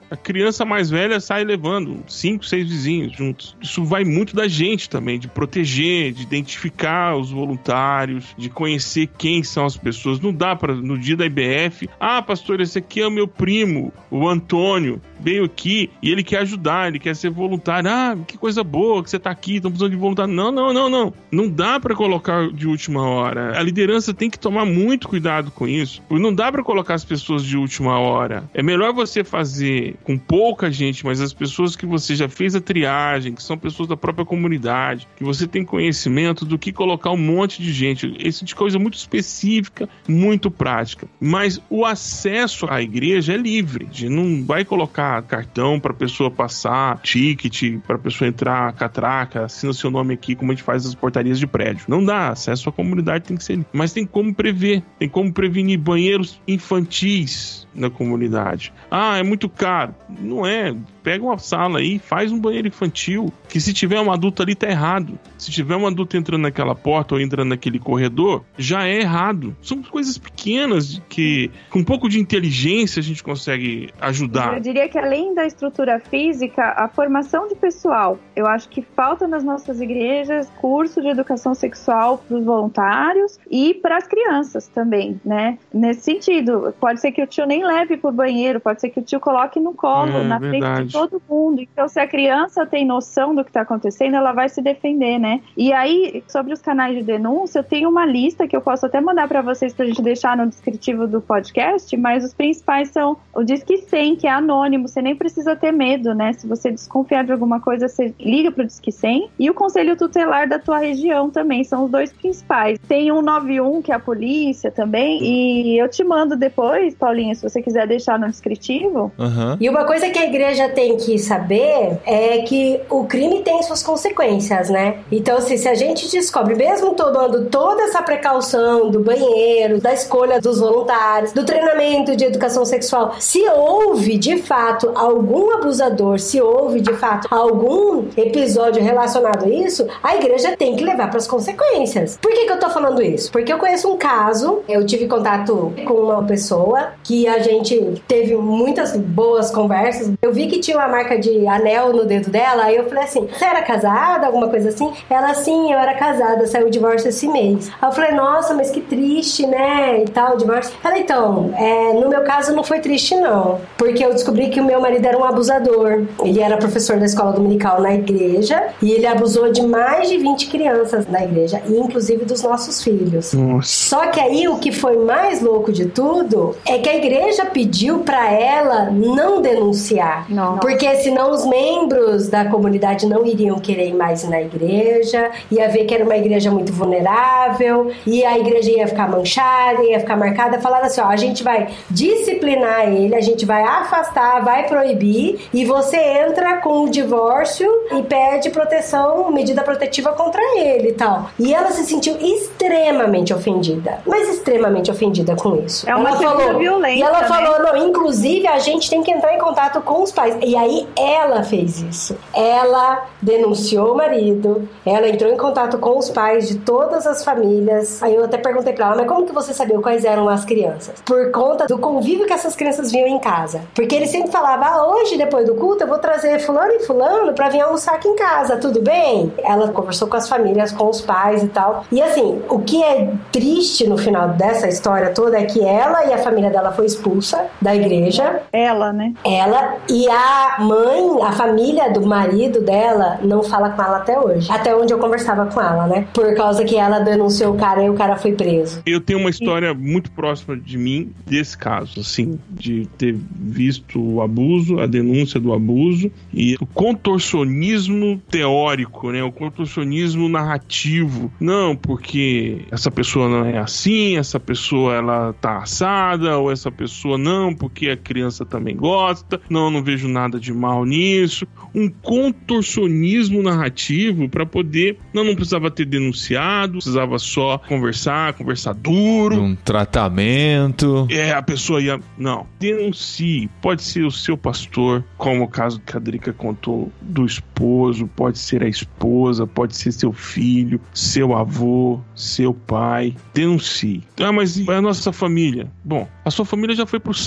D: A criança mais velha sai levando cinco, seis vizinhos juntos. Isso vai muito da gente também, de proteger, de identificar os voluntários, de conhecer quem são as pessoas. Não dá para no dia da I B F, ah, pastor, esse aqui é o meu primo, o Antônio, veio aqui e ele quer ajudar, ele quer ser voluntário. Ah, que coisa boa que você tá aqui, estão precisando de voluntário. Não, não, não, não. Não dá para colocar de última hora. A liderança tem que tomar muito cuidado com isso. Não dá para colocar as pessoas de última hora. É melhor você fazer com pouca gente, mas as pessoas que você já fez a triagem, que são pessoas da própria comunidade, que você tem conhecimento, do que colocar um monte de gente. Esse de coisa muito específica, muito prática. Mas o acesso à igreja é livre. A gente não vai colocar cartão para a pessoa passar, ticket para a pessoa entrar, catraca, assina seu nome aqui, como a gente faz nas portarias de prédio. Não dá. Acesso à comunidade tem que ser livre. Mas tem como prever. Tem como prevenir banheiros infantis na comunidade. Ah, é muito caro. Não é. Pega uma sala aí, faz um banheiro infantil, que se tiver um adulto ali tá errado. Se tiver um adulto entrando naquela porta ou entrando naquele corredor, já é errado. São coisas pequenas que, com um pouco de inteligência, a gente consegue ajudar.
E: Eu diria que além da estrutura física, a formação de pessoal. Eu acho que falta nas nossas igrejas curso de educação sexual para os voluntários e para as crianças também, né? Nesse sentido, pode ser que o tio nem leve pro banheiro, pode ser que o tio coloque no colo,
D: é,
E: na
D: verdade.
E: frente de todo mundo. Então, se a criança tem noção do que está acontecendo, ela vai se defender, né? E aí, sobre os canais de denúncia, eu tenho uma lista que eu posso até mandar para vocês pra gente deixar no descritivo do podcast, mas os principais são o Disque cem, que é anônimo, você nem precisa ter medo, né? Se você desconfiar de alguma coisa, você liga pro Disque cem. E o Conselho Tutelar da tua região também, são os dois principais. Tem um nove um, que é a polícia também, e eu te mando depois, Paulinha, se você quiser deixar no descritivo.
B: Uhum.
C: E uma coisa que a igreja tem que saber é que o crime tem suas consequências, né? Então, assim, se a gente descobre, mesmo tomando toda essa precaução do banheiro, da escolha dos voluntários, do treinamento de educação sexual, se houve, de fato, algum abusador, se houve, de fato, algum episódio relacionado a isso, a igreja tem que levar para as consequências. Por que que eu tô falando isso? Porque eu conheço um caso, eu tive contato com uma pessoa que a gente teve muitas boas conversas. Eu vi que tinha uma marca de anel no dedo dela, aí eu falei assim, você era casada? Alguma coisa assim? Ela, sim, eu era casada, saiu o divórcio esse mês. Aí eu falei, nossa, mas que triste, né? E tal, o divórcio. Ela, então, é, no meu caso não foi triste, não. Porque eu descobri que o meu marido era um abusador. Ele era professor da escola dominical na igreja e ele abusou de mais de vinte crianças na igreja, e inclusive dos nossos filhos.
D: Nossa.
C: Só que aí o que foi mais louco de tudo é que a igreja pediu pra ela não denunciar.
E: Não.
C: Porque senão os membros da comunidade não iriam querer ir mais na igreja, ia ver que era uma igreja muito vulnerável, e a igreja ia ficar manchada, ia ficar marcada. Falaram assim, ó, a gente vai disciplinar ele, a gente vai afastar, vai proibir, e você entra com o divórcio e pede proteção, medida protetiva contra ele e tal. E ela se sentiu extremamente ofendida, mas extremamente ofendida com isso.
E: É uma
C: ela
E: coisa
C: falou,
E: violenta,
C: e ela
E: né?
C: falou, não, inclusive a gente tem que entrar em contato com os pais. E aí ela fez isso. Ela denunciou o marido, ela entrou em contato com os pais de todas as famílias. Aí eu até perguntei pra ela, mas como que você sabia quais eram as crianças? Por conta do convívio que essas crianças vinham em casa. Porque ele sempre falava, ah, hoje, depois do culto, eu vou trazer fulano e fulano pra vir almoçar aqui em casa, tudo bem? Ela conversou com as famílias, com os pais e tal. E assim, o que é triste no final dessa história toda é que ela e a família dela foi expulsa da igreja.
E: Ela, né?
C: Ela e a mãe, a família do marido dela não fala com ela até hoje. Até onde eu conversava com ela, né? Por causa que ela denunciou o cara e o cara foi preso.
D: Eu tenho uma história muito próxima de mim desse caso, assim, de ter visto o abuso, a denúncia do abuso e o contorcionismo teórico, né? O contorcionismo narrativo. Não, porque essa pessoa não é assim, essa pessoa ela tá assada, ou essa pessoa não, porque a criança também gosta. Não, não vejo nada de mal nisso. Um contorcionismo narrativo para poder... Não, não precisava ter denunciado, precisava só conversar, conversar duro.
B: Um tratamento.
D: É, a pessoa ia... Não, denuncie. Pode ser o seu pastor, como o caso que a Drica contou do esposo, pode ser a esposa, pode ser seu filho, seu avô, seu pai. Denuncie. Ah, mas e a nossa família? Bom, a sua família já foi pro saco.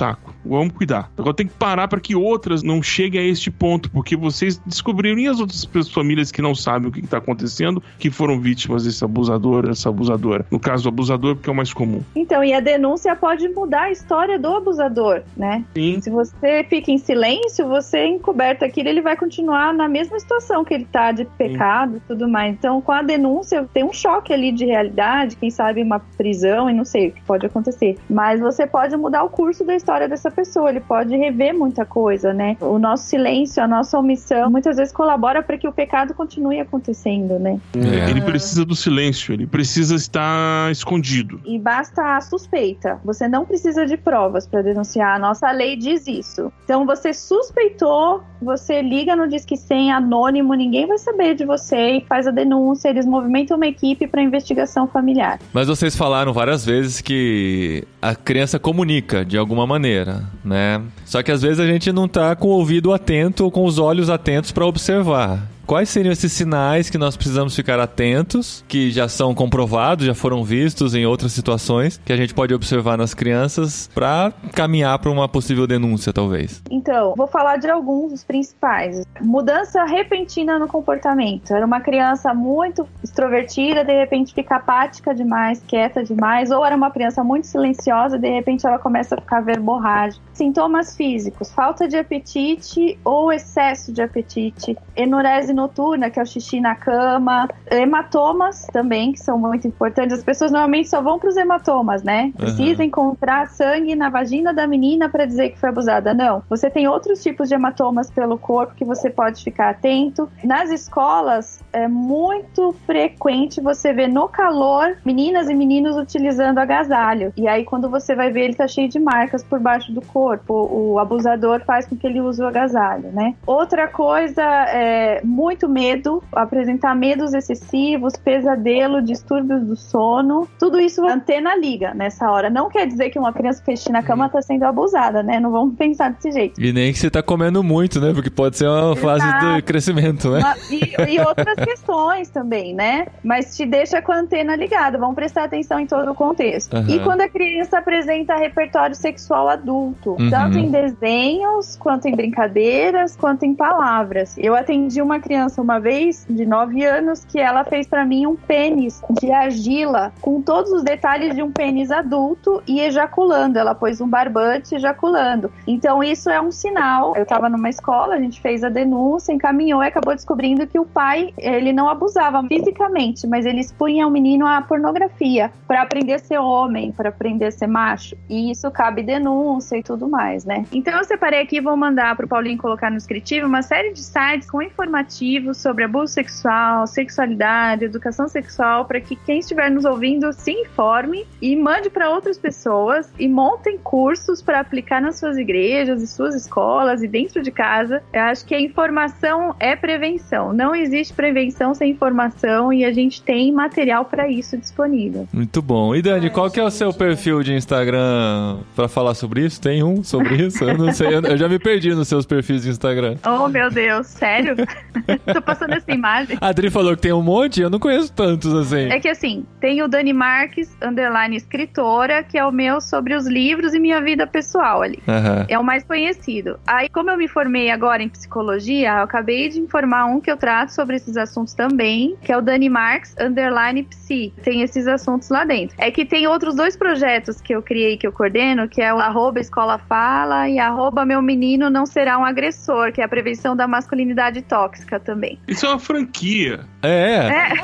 D: vamos cuidar. Agora tem que parar para que outras não cheguem a este ponto, porque vocês descobriram e as outras famílias que não sabem o que está acontecendo, que foram vítimas desse abusador, essa abusadora. No caso do abusador, porque é o mais comum.
E: Então, e a denúncia pode mudar a história do abusador, né?
D: Sim.
E: Se você fica em silêncio, você encoberta aquilo, ele vai continuar na mesma situação que ele tá, de pecado e tudo mais. Então, com a denúncia, tem um choque ali de realidade, quem sabe uma prisão e não sei o que pode acontecer. Mas você pode mudar o curso da história dessa pessoa, ele pode rever muita coisa, né? O nosso silêncio, a nossa omissão, muitas vezes colabora para que o pecado continue acontecendo, né?
D: É. Ele precisa do silêncio, ele precisa estar escondido.
E: E basta a suspeita. Você não precisa de provas para denunciar. A nossa lei diz isso. Então, você suspeitou, você liga no Disque cem anônimo, ninguém vai saber de você e faz a denúncia. Eles movimentam uma equipe para investigação familiar.
B: Mas vocês falaram várias vezes que a criança comunica de alguma maneira, né? Só que às vezes a gente não tá com o ouvido atento ou com os olhos atentos para observar. Quais seriam esses sinais que nós precisamos ficar atentos, que já são comprovados, já foram vistos em outras situações, que a gente pode observar nas crianças para caminhar para uma possível denúncia, talvez?
E: Então, vou falar de alguns dos principais. Mudança repentina no comportamento. Era uma criança muito extrovertida, de repente fica apática demais, quieta demais, ou era uma criança muito silenciosa, de repente ela começa a ficar verborrágica. Sintomas físicos: falta de apetite ou excesso de apetite, enurese noturna, que é o xixi na cama, hematomas também, que são muito importantes. As pessoas normalmente só vão para os hematomas, né? Precisa uhum. encontrar sangue na vagina da menina para dizer que foi abusada. Não. Você tem outros tipos de hematomas pelo corpo que você pode ficar atento. Nas escolas, é muito frequente você ver no calor meninas e meninos utilizando agasalho. E aí, quando você vai ver, ele tá cheio de marcas por baixo do corpo. O abusador faz com que ele use o agasalho, né? Outra coisa é muito medo, apresentar medos excessivos, pesadelo, distúrbios do sono. Tudo isso a antena liga nessa hora. Não quer dizer que uma criança que fez xixi na cama tá sendo abusada, né? Não vamos pensar desse jeito.
B: E nem que você tá comendo muito, né? Porque pode ser uma Exato. fase de crescimento, né?
E: Uma, e, e outras questões também, né? Mas te deixa com a antena ligada. Vamos prestar atenção em todo o contexto. Uhum. E quando a criança apresenta repertório sexual adulto, uhum. tanto em desenhos, quanto em brincadeiras, quanto em palavras. Eu atendi uma criança uma vez, de nove anos, que ela fez pra mim um pênis de argila, com todos os detalhes de um pênis adulto e ejaculando. Ela pôs um barbante ejaculando. Então isso é um sinal. Eu tava numa escola, a gente fez a denúncia, encaminhou e acabou descobrindo que o pai, ele não abusava fisicamente, mas ele expunha o menino à pornografia, pra aprender a ser homem, pra aprender a ser macho. E isso cabe denúncia e tudo mais, né? Então eu separei aqui, vou mandar pro Paulinho colocar no descritivo uma série de sites com informativos sobre abuso sexual, sexualidade, educação sexual, para que quem estiver nos ouvindo se informe e mande para outras pessoas e montem cursos para aplicar nas suas igrejas e suas escolas e dentro de casa. Eu acho que a informação é prevenção. Não existe prevenção sem informação e a gente tem material para isso disponível.
B: Muito bom. E Dani, qual que é o seu perfil de Instagram para falar sobre isso? Tem um sobre isso? Eu não sei. Eu já me perdi nos seus perfis de Instagram.
E: Oh, meu Deus. Sério? Tô passando essa imagem.
B: A Adri falou que tem um monte, eu não conheço tantos assim.
E: É que assim, tem o Dani Marques, underline escritora, que é o meu sobre os livros e minha vida pessoal ali. Uhum. É o mais conhecido. Aí, como eu me formei agora em psicologia, eu acabei de informar um que eu trato sobre esses assuntos também, que é o Dani Marques, underline psi. Tem esses assuntos lá dentro. É que tem outros dois projetos que eu criei, que eu coordeno, que é o arroba escola fala e arroba meu menino não será um agressor, que é a prevenção da masculinidade tóxica também.
D: Isso é uma franquia.
B: É.
E: é.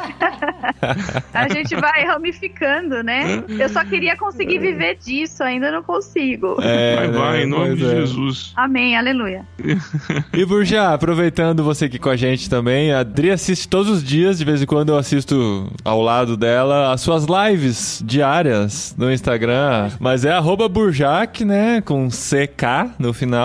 E: A gente vai ramificando, né? Eu só queria conseguir viver disso, ainda não consigo.
D: É, vai, vai, em nome de Jesus.
E: Amém, aleluia.
B: E Burjá, aproveitando você aqui com a gente também, a Adri assiste todos os dias, de vez em quando eu assisto ao lado dela, as suas lives diárias no Instagram, mas é arroba Burjac, né, com C K no final.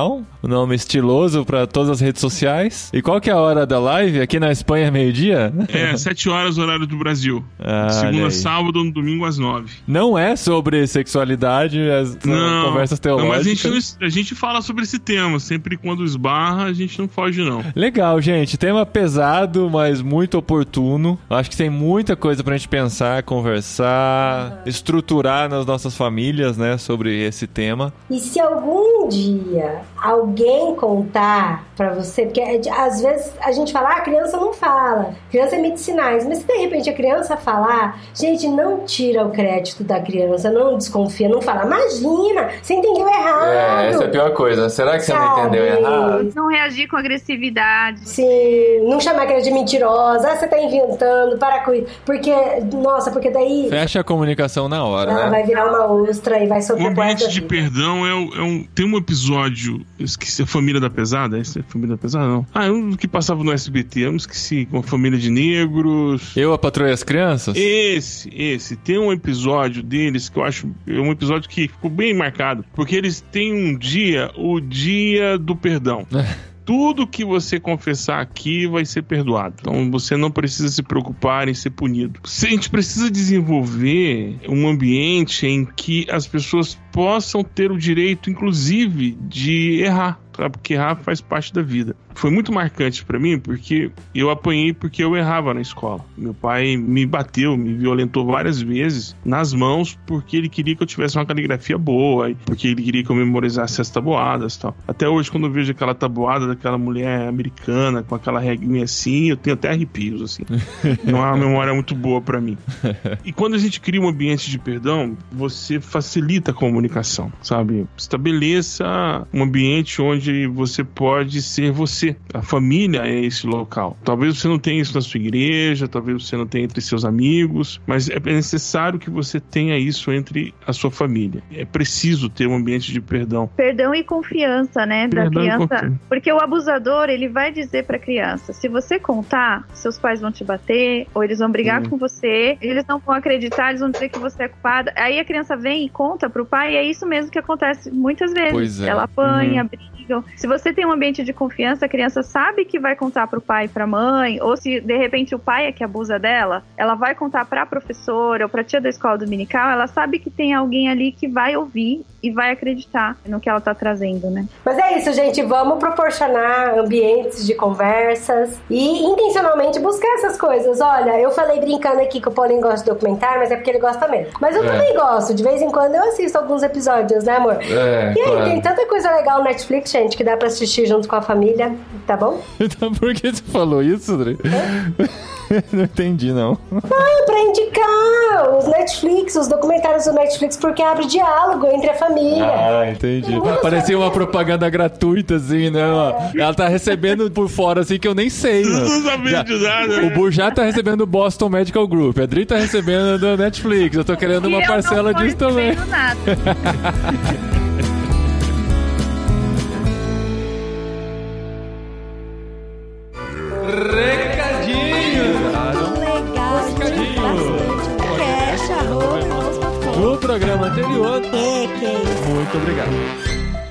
B: o nome estiloso pra todas as redes sociais. E qual que é a hora da live? Aqui na Espanha é meio-dia?
D: É, sete horas, horário do Brasil.
B: Ah,
D: Segunda, sábado, no domingo às nove.
B: Não é sobre sexualidade, as
D: não,
B: conversas teológicas.
D: Não, mas a gente, não, a gente fala sobre esse tema. Sempre quando esbarra, a gente não foge, não.
B: Legal, gente. Tema pesado, mas muito oportuno. Acho que tem muita coisa pra gente pensar, conversar, estruturar nas nossas famílias, né, sobre esse tema.
C: E se algum dia alguém contar pra você, porque às vezes a gente fala, ah, a criança não fala, criança emite sinais, mas se de repente a criança falar, gente, não tira o crédito da criança, não desconfia, não fala, imagina, você entendeu errado.
B: É, essa é a pior coisa. Será que Sabe? Você não entendeu errado?
E: Não reagir com agressividade.
C: Sim, não chamar aquela de mentirosa, ah, você tá inventando, para com isso. Porque, nossa, porque daí...
B: Fecha a comunicação na hora,
C: ela
B: né?
C: vai virar uma ostra e vai sofrer.
D: O ambiente de perdão é, é um... Tem um episódio, eu esqueci, a Família da Pesada? Esse é a Família da Pesada, não. Ah, é um que passava no S B T, eu não esqueci, com a família de negros.
B: Eu, a Patroa e as Crianças?
D: Esse, esse. Tem um episódio deles que eu acho, é um episódio que ficou bem marcado, porque eles têm um dia, o dia do perdão. Tudo que você confessar aqui vai ser perdoado. Então você não precisa se preocupar em ser punido. A gente precisa desenvolver um ambiente em que as pessoas possam ter o direito, inclusive, de errar. Porque errar faz parte da vida. Foi muito marcante pra mim porque eu apanhei porque eu errava na escola. Meu pai me bateu, me violentou várias vezes nas mãos porque ele queria que eu tivesse uma caligrafia boa, porque ele queria que eu memorizasse as tabuadas e tal. Até hoje, quando eu vejo aquela tabuada daquela mulher americana com aquela reguinha assim, eu tenho até arrepios, assim. Não é uma memória muito boa pra mim. E quando a gente cria um ambiente de perdão, você facilita a comunicação, sabe? Estabeleça um ambiente onde você pode ser você. A família é esse local. Talvez você não tenha isso na sua igreja, talvez você não tenha entre seus amigos, mas é necessário que você tenha isso entre a sua família. É preciso ter um ambiente de perdão.
E: Perdão e confiança, né, da
D: Perdão
E: criança. Porque o abusador, ele vai dizer pra criança, se você contar, seus pais vão te bater, ou eles vão brigar hum. com você, eles não vão acreditar, eles vão dizer que você é culpada. Aí a criança vem e conta pro pai, e é isso mesmo que acontece muitas vezes.
B: Pois é.
E: Ela apanha,
B: uhum.
E: briga. Se você tem um ambiente de confiança, a criança sabe que vai contar pro pai e pra mãe, ou se de repente o pai é que abusa dela, ela vai contar pra professora ou pra tia da escola dominical, ela sabe que tem alguém ali que vai ouvir e vai acreditar no que ela tá trazendo, né?
C: Mas é isso, gente, vamos proporcionar ambientes de conversas e intencionalmente buscar essas coisas. Olha, eu falei brincando aqui que o Paulinho gosta de documentário, mas é porque ele gosta mesmo. Mas eu é. também gosto, de vez em quando eu assisto alguns episódios, né, amor?
B: É,
C: e aí,
B: claro.
C: tem tanta coisa legal no Netflix, gente, que dá pra assistir junto com a família, tá bom?
B: Então por que você falou isso, André? Não entendi, não.
C: Ah, pra indicar os Netflix, os documentários do Netflix, porque abre diálogo entre a família.
B: Ah, entendi. Ah, parecia uma propaganda gratuita, assim, né? É. Ela tá recebendo por fora, assim, que eu nem sei.
D: Não, não sabia de nada.
B: O Burjá tá recebendo o Boston Medical Group, a Adri tá recebendo do Netflix. Eu tô querendo uma
E: e
B: parcela
E: eu não
B: disso também.
E: Nada.
B: Recadinhos! No programa anterior.
C: Que que é isso?
B: Muito obrigado.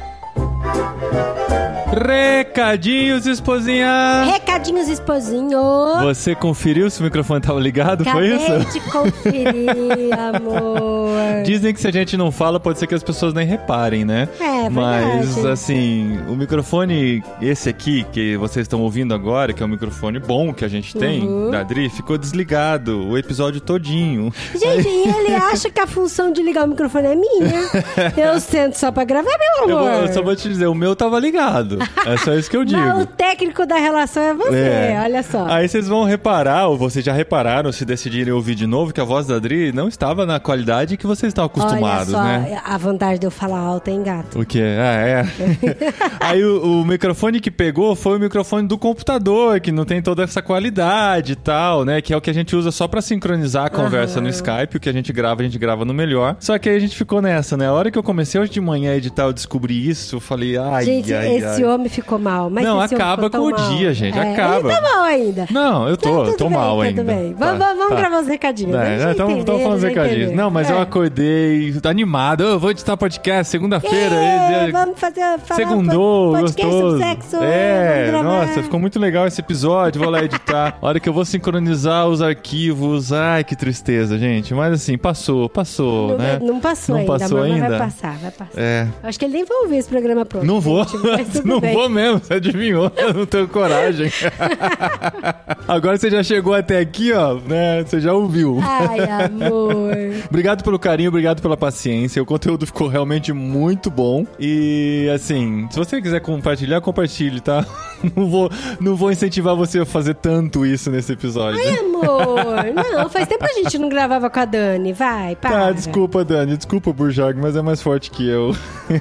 B: Recadinhos, esposinha!
C: Recadinhos, esposinho!
B: Você conferiu se o microfone estava ligado?
C: Acabei
B: Foi isso?
C: de conferir, amor.
B: Dizem que se a gente não fala, pode ser que as pessoas nem reparem, né?
C: É,
B: Mas,
C: verdade.
B: assim, o microfone, esse aqui, que vocês estão ouvindo agora, que é um microfone bom que a gente tem,
C: uhum.
B: da Adri, ficou desligado o episódio todinho.
C: Gente, e ele acha que a função de ligar o microfone é minha. Eu sento só pra gravar, meu
B: Eu,
C: amor.
B: vou, eu só vou te dizer, o meu tava ligado. É só isso que eu digo.
C: Não, o técnico da relação é você,
B: É.
C: olha só.
B: Aí vocês vão reparar, ou vocês já repararam, se decidirem ouvir de novo, que a voz da Adri não estava na qualidade que vocês estão acostumados,
C: olha só,
B: né?
C: a vantagem de eu falar alto, hein, gato?
B: O que é? Ah, é. Aí o, o microfone que pegou foi o microfone do computador, que não tem toda essa qualidade e tal, né? Que é o que a gente usa só pra sincronizar a conversa
C: Uhum.
B: no Skype. O que a gente grava, a gente grava no melhor. Só que aí a gente ficou nessa, né? A hora que eu comecei hoje de manhã a editar, eu descobri isso, eu falei, ai,
C: Gente,
B: ai,
C: esse
B: ai.
C: homem ficou mal. Mas
B: Não,
C: esse homem
B: acaba
C: ficou
B: com
C: tão
B: o
C: mal.
B: dia, gente,
C: É,
B: acaba.
C: Ele tá mal ainda.
B: Não, eu tô,
C: Tá tudo
B: tô
C: bem,
B: mal
C: tá
B: ainda.
C: Tudo bem.
B: Tá,
C: Vamos, vamos
B: tá.
C: gravar os recadinhos.
B: É,
C: Deixa eu
B: então
C: entender,
B: vamos falar os
C: deixa eu
B: recadinhos.
C: entender.
B: Não, mas
C: é.
B: eu acordei acordei, tô animado. Eu vou editar podcast segunda-feira.
C: É,
B: e-
C: vamos fazer falar
B: Segundou,
C: um podcast
B: gostoso.
C: sobre sexo.
B: É,
C: vamos gravar.
B: nossa, ficou muito legal esse episódio. Vou lá editar. A hora que eu vou sincronizar os arquivos. Ai, que tristeza, gente. Mas assim, passou, passou,
C: Não,
B: né?
C: vai- não passou
B: Não
C: ainda,
B: passou
C: mas
B: ainda?
C: vai passar, vai passar.
B: É.
C: Acho que ele nem vai ouvir esse programa pronto.
B: Não vou,
C: gente, mas tudo
B: não
C: bem.
B: vou mesmo, você adivinhou, eu não tenho coragem. Agora você já chegou até aqui, ó, né, você já ouviu.
C: Ai, amor.
B: Obrigado pelo carinho, obrigado pela paciência, o conteúdo ficou realmente muito bom e, assim, se você quiser compartilhar, compartilhe, tá? Não vou, não vou incentivar você a fazer tanto isso nesse episódio.
C: Ai, amor. Não, faz tempo que a gente não gravava com a Dani. Vai, para.
B: Tá, desculpa, Dani, desculpa, Burjag, mas é mais forte que eu.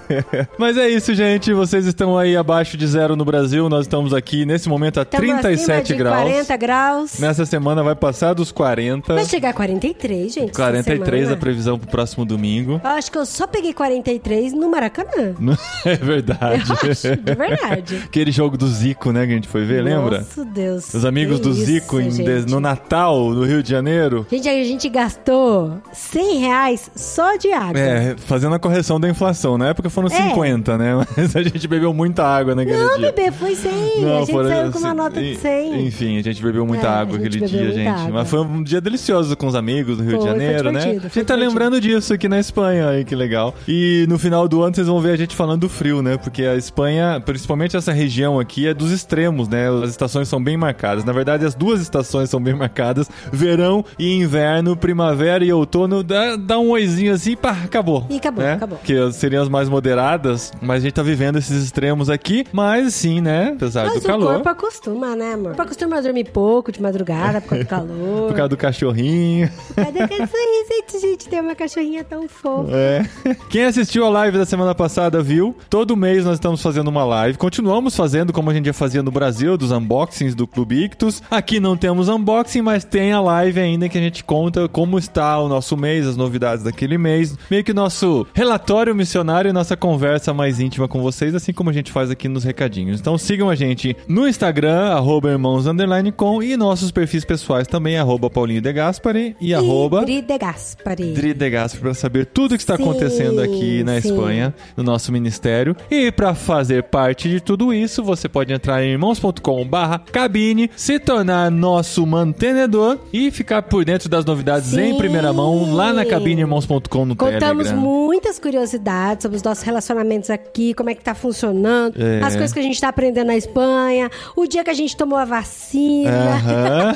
B: Mas é isso, gente, vocês estão aí abaixo de zero no Brasil, nós estamos aqui nesse momento a
C: Tamo
B: trinta e sete
C: acima de
B: graus.
C: quarenta graus.
B: Nessa semana vai passar dos quarenta.
C: Vai chegar a quarenta e três, gente. essa
B: quarenta e três a
C: semana.
B: previsão pro próximo domingo.
C: Eu acho que eu só peguei quarenta e três no Maracanã.
B: É verdade.
C: Eu acho, de verdade.
B: Aquele jogo do Zico, né, que a gente foi ver, lembra?
C: Nossa, Deus.
B: Os amigos
C: que
B: do
C: isso,
B: Zico em
C: gente.
B: de- no Natal, no Rio de Janeiro.
C: Gente, a gente gastou cem reais só de água.
B: É, fazendo a correção da inflação. Na época foram
C: É.
B: cinquenta, né? Mas a gente bebeu muita água naquele
C: Não,
B: dia.
C: bebê, foi cem. a gente
B: foram-
C: saiu com uma
B: assim,
C: nota de cem.
B: Enfim, a gente bebeu muita
C: É,
B: água
C: a gente
B: aquele
C: bebeu
B: dia,
C: muita
B: gente.
C: água.
B: Mas foi um dia delicioso com os amigos do Rio
C: Foi,
B: de
C: foi
B: Janeiro, né? A
C: divertido,
B: gente
C: foi
B: tá
C: divertido.
B: lembrando disso aqui na Espanha, aí que legal. E no final do ano vocês vão ver a gente falando do frio, né? Porque a Espanha, principalmente essa região aqui, é dos extremos, né? As estações são bem marcadas. Na verdade, as duas estações são bem marcadas. Verão e inverno, primavera e outono, dá, dá um oizinho assim, pá, acabou.
C: E acabou,
B: né?
C: acabou.
B: Que seriam as mais moderadas, mas a gente tá vivendo esses extremos aqui. Mas sim, né? Apesar
C: Mas
B: do
C: o
B: calor.
C: corpo acostuma, né, amor? O corpo acostuma a dormir pouco de madrugada por causa do calor.
B: Por causa do cachorrinho.
C: Cadê aquele sorriso, gente? Tem uma cachorrinha tão fofa.
B: É. Quem assistiu a live da semana passada viu. Todo mês nós estamos fazendo uma live. Continuamos fazendo como a gente já fazia no Brasil, dos unboxings do Clube Ictus. Aqui não temos unboxing, mas tem a live ainda que a gente conta como está o nosso mês, as novidades daquele mês. Meio que nosso relatório missionário e nossa conversa mais íntima com vocês, assim como a gente faz aqui nos recadinhos. Então sigam a gente no Instagram, arroba irmãos underline com, e nossos perfis pessoais também, arroba Paulinho de Gaspari e, arroba
C: Dri de Gaspari.
B: Dri de Gaspari, para saber tudo que está
C: Sim,
B: acontecendo aqui na
C: sim.
B: Espanha, no nosso ministério. E para fazer parte de tudo isso, você pode entrar em irmãos ponto com barra cabine, se tornar nosso mantenedor e ficar por dentro das novidades
C: Sim.
B: em primeira mão lá na cabine irmãos ponto com no
C: Contamos
B: Telegram.
C: muitas curiosidades sobre os nossos relacionamentos aqui, como é que tá funcionando,
B: É.
C: as coisas que a gente tá aprendendo na Espanha, o dia que a gente tomou a vacina.
B: Aham.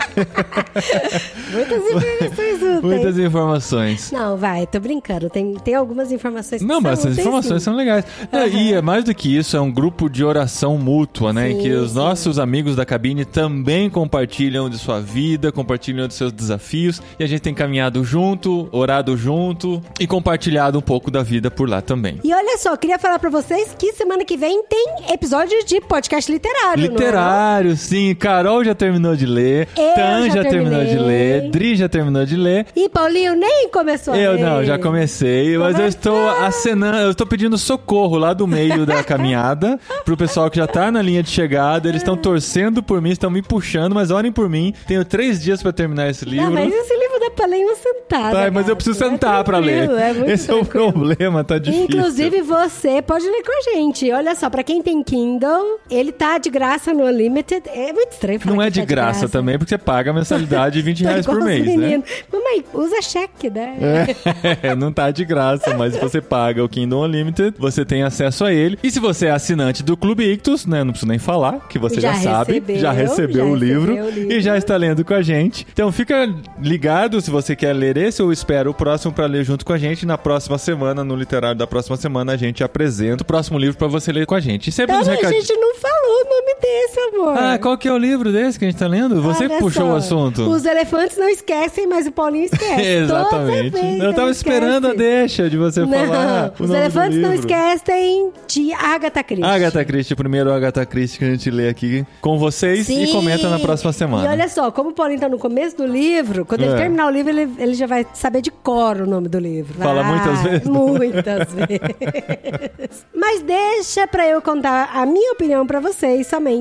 C: Muitas informações úteis.
B: Muitas informações.
C: Não, vai, tô brincando. Tem, tem algumas informações que
B: Não,
C: são
B: mas essas
C: úteis,
B: informações
C: sim.
B: são legais. Não,
C: Aham.
B: E é mais do que isso, é um grupo de oração mútua, né? em
C: Sim,
B: que os
C: sim.
B: nossos amigos da cabine também compartilham de sua vida, compartilham dos seus desafios. E a gente tem caminhado junto, orado junto e compartilhado um pouco da vida por lá também.
C: E olha só, queria falar pra vocês que semana que vem tem episódio de podcast literário.
B: Literário, sim. Carol já terminou de ler.
C: Eu
B: Tan
C: já
B: já terminou de
C: terminei.
B: ler. Dri já terminou de ler.
C: Não é? E Paulinho nem começou a
B: Eu
C: ler.
B: não, já comecei, mas eu estou acenando, eu estou pedindo socorro lá do meio da caminhada pro pessoal que já tá na linha de chegada. Eles estão torcendo por mim, estão me puxando, mas orem por mim. Tenho três dias pra terminar esse livro.
C: Não, mas esse livro dá pra ler em uma sentada.
B: Tá, mas eu
C: gato.
B: preciso
C: É
B: sentar pra ler.
C: tranquilo, É muito
B: Esse é o
C: tranquilo.
B: problema, tá difícil.
C: Inclusive, você pode ler com a gente. Olha só, pra quem tem Kindle, ele tá de graça no Unlimited. É muito estranho falar
B: Não é
C: que
B: de
C: tá
B: graça também, porque você paga a mensalidade de vinte
C: Tô
B: reais
C: igual
B: por
C: os
B: mês, né?
C: meninos. Mamãe, usa cheque, né?
B: É, não tá de graça, mas você paga o Kindle Unlimited, você tem acesso a ele. E se você é assinante do Clube Ictus, né, não preciso nem falar, que você já,
C: Já
B: sabe,
C: recebeu,
B: já recebeu,
C: já
B: o, livro,
C: recebeu o livro.
B: e já está lendo com a gente. Então fica ligado se você quer ler esse ou espera o próximo para ler junto com a gente. Na próxima semana, no literário da próxima semana, a gente apresenta o próximo livro para você ler com a gente. E sempre
C: Então,
B: nos
C: a
B: recadinhos.
C: gente não falou o nome desse, amor.
B: Ah, qual que é o livro desse que a gente tá lendo? Você
C: Olha
B: que puxou
C: só,
B: o assunto.
C: Os elefantes não esquecem, mas o Paulinho esquece.
B: Exatamente.
C: Toda vez
B: Eu tava
C: ele
B: esperando a
C: esquece.
B: deixa de você
C: Não,
B: falar. o
C: os
B: nome do
C: elefantes não
B: livro.
C: esquecem de Agatha Christie.
B: Agatha Christie, o primeiro Agatha Christie que a gente lê aqui com vocês
C: Sim.
B: e comenta na próxima semana.
C: E olha só, como o Paulinho tá no começo do livro, quando
B: É.
C: ele terminar o livro, ele, ele já vai saber de cor o nome do livro.
B: Fala
C: Vai,
B: muitas vezes?
C: Muitas vezes. Mas deixa pra eu contar a minha opinião pra vocês somente no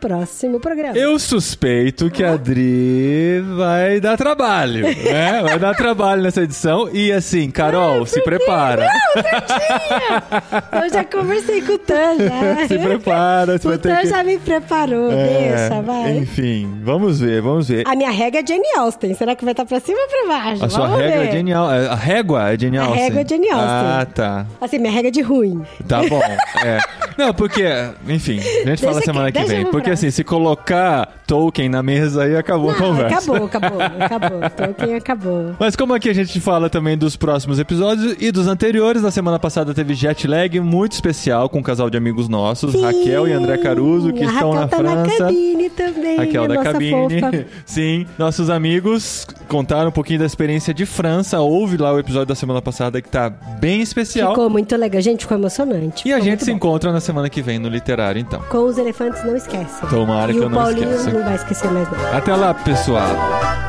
C: próximo programa.
B: Eu suspeito que a Adri vai dar trabalho, né? Vai dar trabalho nessa edição. E assim, Carol, se prepara.
C: Não, Tadinha! Eu já conversei com o Tan, já.
B: Se prepara. Você
C: O
B: vai ter
C: Tan
B: que...
C: já me preparou,
B: É,
C: deixa, vai.
B: Enfim, vamos ver, vamos ver.
C: A minha regra é Jane Austen. Será que vai estar pra cima ou pra baixo?
B: A sua
C: Vamos
B: regra
C: ver.
B: é genial. A régua é genial.
C: A régua é Jane Austen.
B: Ah, tá.
C: Assim, minha regra é de ruim.
B: Tá bom. É. Não, porque, enfim, a gente fala
C: Deixa
B: semana
C: que-
B: que
C: deixa
B: vem.
C: pro
B: Porque
C: próximo.
B: assim, se colocar Tolkien na mesa aí, acabou a
C: Não,
B: conversa.
C: acabou, acabou, acabou. Tolkien acabou.
B: Mas como aqui a gente fala também dos próximos episódios e dos anteriores, na semana passada teve Jet Lag muito especial com um casal de amigos nossos,
C: Sim.
B: Raquel e André Caruso, que
C: a
B: estão
C: Raquel
B: na
C: tá
B: França.
C: na cabine também.
B: Raquel
C: a
B: da
C: nossa
B: cabine.
C: fofa.
B: Sim, nossos amigos contaram um pouquinho da experiência de França. Ouve lá o episódio da semana passada que tá bem especial.
C: Ficou muito legal. Gente, ficou emocionante.
B: E a
C: Ficou
B: gente
C: muito
B: se
C: bom.
B: encontra na semana que vem no Literário, então.
C: Com os elefantes, não esquece.
B: Tomara
C: e
B: que eu
C: o
B: não
C: Paulinho
B: esqueça.
C: não vai esquecer mais não.
B: Até lá, pessoal.